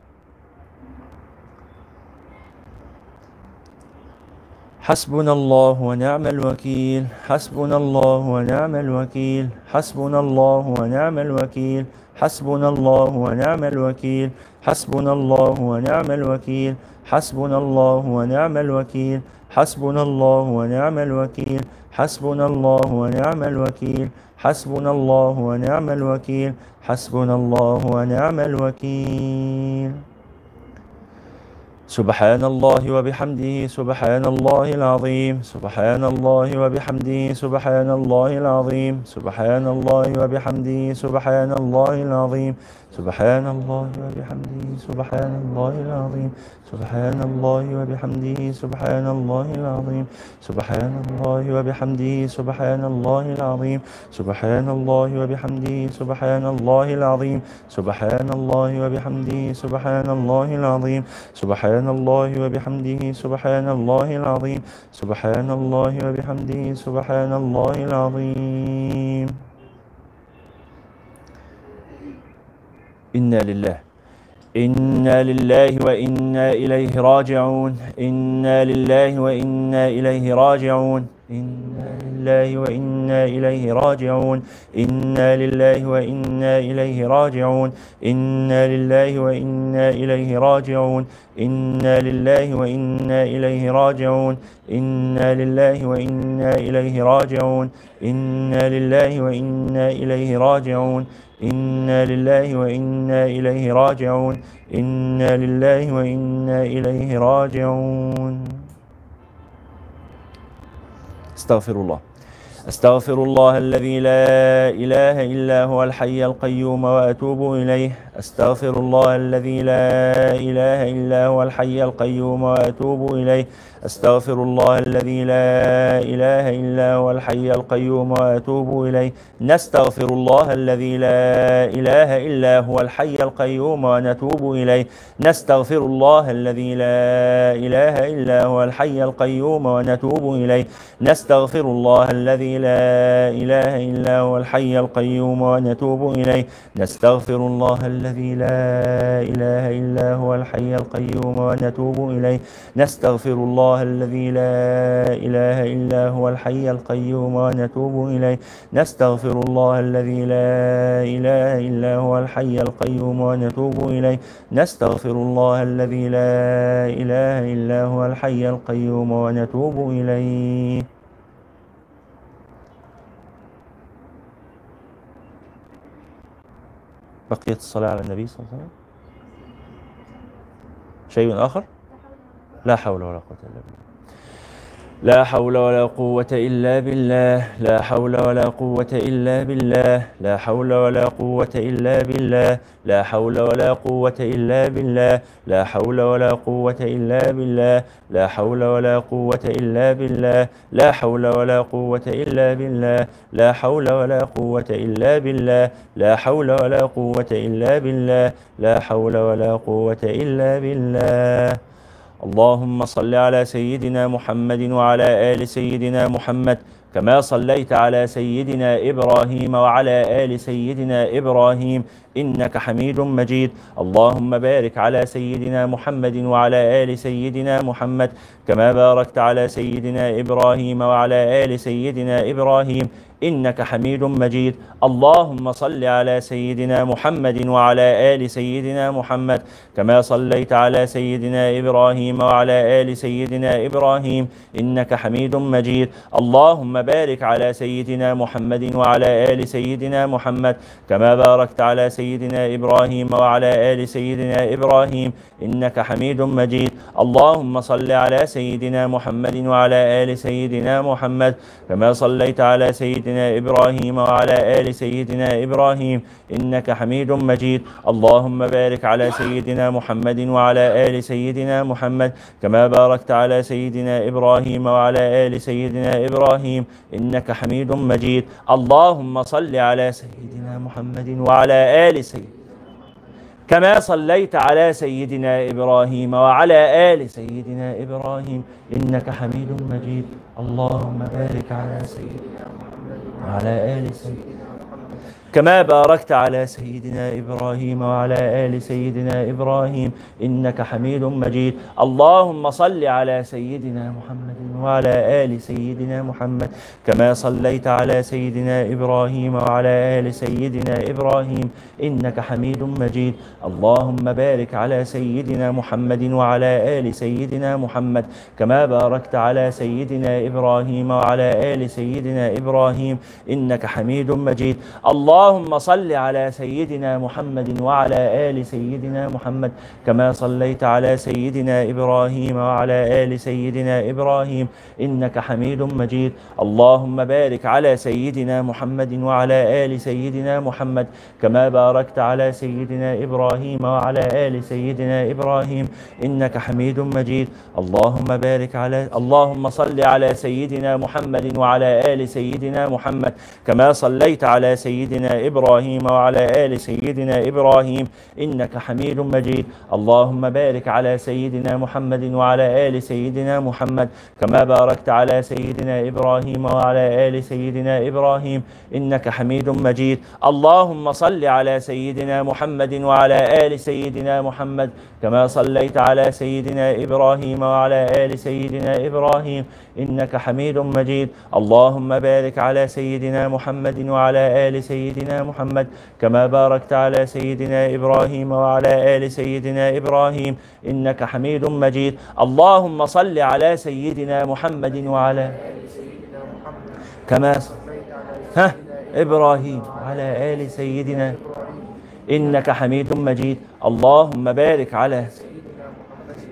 حسبنا الله ونعم الوكيل حسبنا الله ونعم الوكيل حسبنا الله ونعم الوكيل حسبنا الله ونعم الوكيل حسبنا الله ونعم الوكيل حسبنا الله ونعم الوكيل حسبنا الله ونعم الوكيل حسبنا الله ونعم الوكيل حسبنا الله ونعم الوكيل حسبنا الله ونعم الوكيل. سبحان الله وبحمده سبحان الله العظيم سبحان الله وبحمده سبحان الله العظيم سبحان الله وبحمده سبحان الله العظيم سبحان الله وبحمده سبحان الله العظيم سبحان الله وبحمده سبحان الله العظيم سبحان الله وبحمده سبحان الله العظيم سبحان الله وبحمده سبحان الله العظيم سبحان الله وبحمده سبحان الله العظيم سبحان الله وبحمده سبحان الله العظيم سبحان الله وبحمده سبحان الله العظيم. إنا لله إنا لله وإنا إليه راجعون إنا لله وإنا إليه راجعون إنا لله وإنا إليه راجعون إنا لله وإنا إليه راجعون إنا لله وإنا إليه راجعون إنا لله وإنا إليه راجعون إنا لله وإنا إليه راجعون إنا لله وإنا إليه راجعون إنا لله وإنا إليه راجعون إنا لله وإنا إليه راجعون. استغفر الله استغفر الله الذي لا إله إلا هو الحي القيوم وأتوب إليه أستغفر الله الذي لا إله إلا هو الحي القيوم وأتوب إليه أستغفر الله الذي لا إله إلا هو الحي القيوم وأتوب إليه نستغفر الله الذي لا إله إلا هو الحي القيوم ونتوب إليه نستغفر الله الذي لا إله إلا هو الحي القيوم ونتوب إليه نستغفر الله الذي لا إله إلا هو الحي القيوم ونتوب إليه نستغفر الله الذي لا إله إلا هو الحي القيوم ونتوب إليه نستغفر الله الذي لا إله إلا هو الحي القيوم ونتوب إليه نستغفر الله الذي لا إله إلا هو الحي القيوم ونتوب إليه نستغفر الله الذي لا إله إلا هو الحي القيوم ونتوب إليه. بقية الصلاة على النبي صلى الله عليه وسلم. شيء آخر؟ لا حول ولا قوة إلا بالله. لا حول ولا قوة إلا بالله لا حول ولا قوة إلا بالله لا حول ولا قوة إلا بالله لا حول ولا قوة إلا بالله لا حول ولا قوة إلا بالله لا حول ولا قوة إلا بالله لا حول ولا قوة إلا بالله لا حول ولا قوة إلا بالله لا حول ولا قوة إلا بالله لا حول ولا قوة إلا بالله. اللهم صل على سيدنا محمد وعلى آل سيدنا محمد كما صليت على سيدنا إبراهيم وعلى آل سيدنا إبراهيم إنك حميد مجيد. اللهم بارك على سيدنا محمد وعلى آل سيدنا محمد كما باركت على سيدنا إبراهيم وعلى آل سيدنا إبراهيم إنك حميد مجيد. اللهم صل على سيدنا محمد وعلى آل سيدنا محمد كما صليت على سيدنا إبراهيم وعلى آل سيدنا إبراهيم إنك حميد مجيد. اللهم بارك على سيدنا محمد وعلى آل سيدنا محمد كما باركت على سيدنا إبراهيم وعلى آل سيدنا إبراهيم إنك حميد مجيد. اللهم صل على سيدنا محمد وعلى آل سيدنا محمد كما صليت على سيدنا إبراهيم وعلى آل سيدنا إبراهيم إنك حميد مجيد. اللهم بارك على سيدنا محمد وعلى آل سيدنا محمد كما باركت على سيدنا إبراهيم وعلى آل سيدنا إبراهيم إنك حميد مجيد. اللهم صل على سيدنا محمد وعلى آل سيدنا كما صليت على سيدنا إبراهيم وعلى آل سيدنا إبراهيم إنك حميد مجيد. اللهم بارك على سيدنا محمد وعلى آل سيدنا كما باركت على سيدنا إبراهيم وعلى آل سيدنا إبراهيم إنك حميد مجيد. اللهم صل على سيدنا محمد وعلى آل سيدنا محمد كما صليت على سيدنا إبراهيم وعلى آل سيدنا إبراهيم إنك حميد مجيد. اللهم بارك على سيدنا محمد وعلى آل سيدنا محمد كما باركت على سيدنا إبراهيم وعلى آل سيدنا إبراهيم إنك حميد مجيد. الله اللهم صل على سيدنا محمد وعلى آل سيدنا محمد كما صليت على سيدنا إبراهيم وعلى آل سيدنا إبراهيم إنك حميد مجيد. اللهم بارك على سيدنا محمد وعلى آل سيدنا محمد كما باركت على سيدنا إبراهيم وعلى آل سيدنا إبراهيم إنك حميد مجيد. اللهم بارك على اللهم صل على سيدنا محمد وعلى آل سيدنا محمد كما صليت على سيدنا إبراهيم وعلى آل سيدنا إبراهيم إنك حميد مجيد. اللهم بارك على سيدنا محمد وعلى آل سيدنا محمد كما باركت على سيدنا إبراهيم وعلى آل سيدنا إبراهيم إنك حميد مجيد. اللهم صل على سيدنا محمد وعلى آل سيدنا محمد كما صليت على سيدنا إبراهيم وعلى آل سيدنا إبراهيم إنك حميد مجيد. اللهم بارك على سيدنا محمد وعلى آل سيدنا محمد كما باركت على سيدنا إبراهيم وعلى آل سيدنا إبراهيم إنك حميد مجيد. اللهم صل على سيدنا محمد وعلى آل سيدنا محمد كما صليت على إبراهيم وعلى آل سيدنا إنك حميد مجيد. اللهم بارك على سيدنا محمد